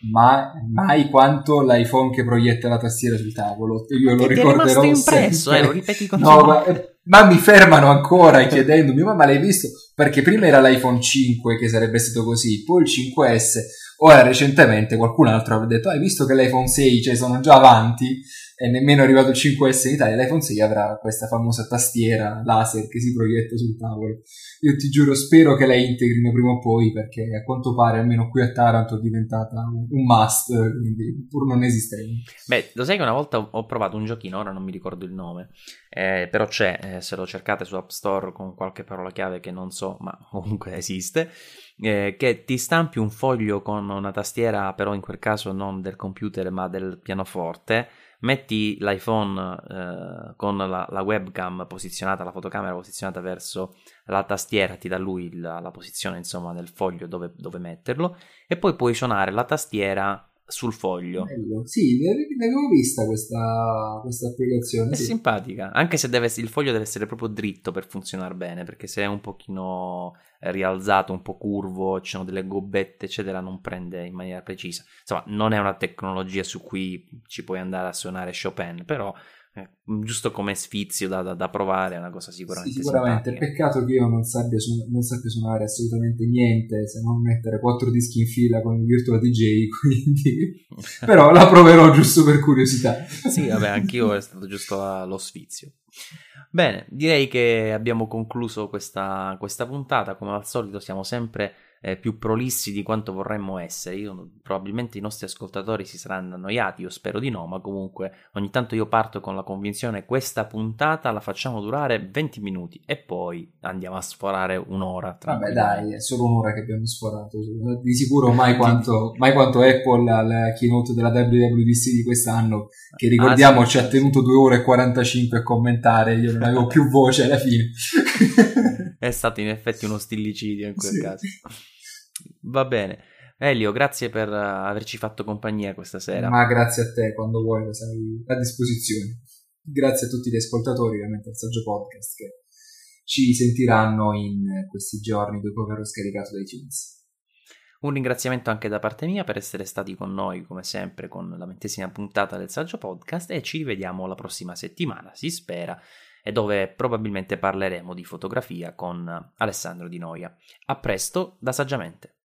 Mai quanto l'iPhone che proietta la tastiera sul tavolo, io lo ricorderò è rimasto impresso, sempre. Lo ripeti continuamente. No, ma mi fermano ancora chiedendomi ma l'hai visto? Perché prima era l'iPhone 5 che sarebbe stato così, poi il 5S, ora recentemente qualcun altro aveva detto hai visto che l'iPhone 6, cioè sono già avanti e nemmeno è arrivato il 5S in Italia, l'iPhone 6 avrà questa famosa tastiera laser che si proietta sul tavolo. Io ti giuro, spero che la integrino prima o poi, perché a quanto pare almeno qui a Taranto è diventata un must, quindi pur non esistente. Beh, lo sai che una volta ho provato un giochino, ora non mi ricordo il nome, però c'è, se lo cercate su App Store con qualche parola chiave che non so, ma comunque esiste, che ti stampi un foglio con una tastiera, però in quel caso non del computer ma del pianoforte, metti l'iPhone con la webcam posizionata, la fotocamera posizionata verso la tastiera, ti dà lui la posizione insomma del foglio dove metterlo e poi puoi suonare la tastiera sul foglio. Bello. Sì, l'avevo vista questa applicazione. È sì. simpatica, anche se il foglio deve essere proprio dritto per funzionare bene, perché se è un pochino rialzato, un po' curvo, ci sono delle gobbette, eccetera, non prende in maniera precisa. Insomma, non è una tecnologia su cui ci puoi andare a suonare Chopin, però giusto come sfizio da provare è una cosa sicuramente Sicuramente, simpatica. peccato che io non sappia suonare assolutamente niente, se non mettere 4 dischi in fila con il Virtual DJ, quindi però la proverò giusto per curiosità. Sì, vabbè, anch'io è stato giusto lo sfizio. Bene, direi che abbiamo concluso questa puntata. Come al solito siamo sempre più prolissi di quanto vorremmo essere. Probabilmente i nostri ascoltatori si saranno annoiati, io spero di no, ma comunque ogni tanto io parto con la convinzione questa puntata la facciamo durare 20 minuti e poi andiamo a sforare un'ora. Vabbè dai, è solo un'ora che abbiamo sforato. Di sicuro mai quanto Apple alla keynote della WWDC di quest'anno, che ricordiamo ci ha tenuto 2 ore e 45 a commentare, io non avevo più voce alla fine. È stato in effetti uno stillicidio in quel Sì. caso. Va bene. Elio, grazie per averci fatto compagnia questa sera. Ma grazie a te, quando vuoi lo sei a disposizione. Grazie a tutti gli ascoltatori, ovviamente al Saggio Podcast, che ci sentiranno in questi giorni dopo averlo scaricato da iTunes. Un ringraziamento anche da parte mia per essere stati con noi, come sempre, con la 20ª puntata del Saggio Podcast e ci vediamo la prossima settimana, si spera, e dove probabilmente parleremo di fotografia con Alessandro Di Noia. A presto da Saggiamente.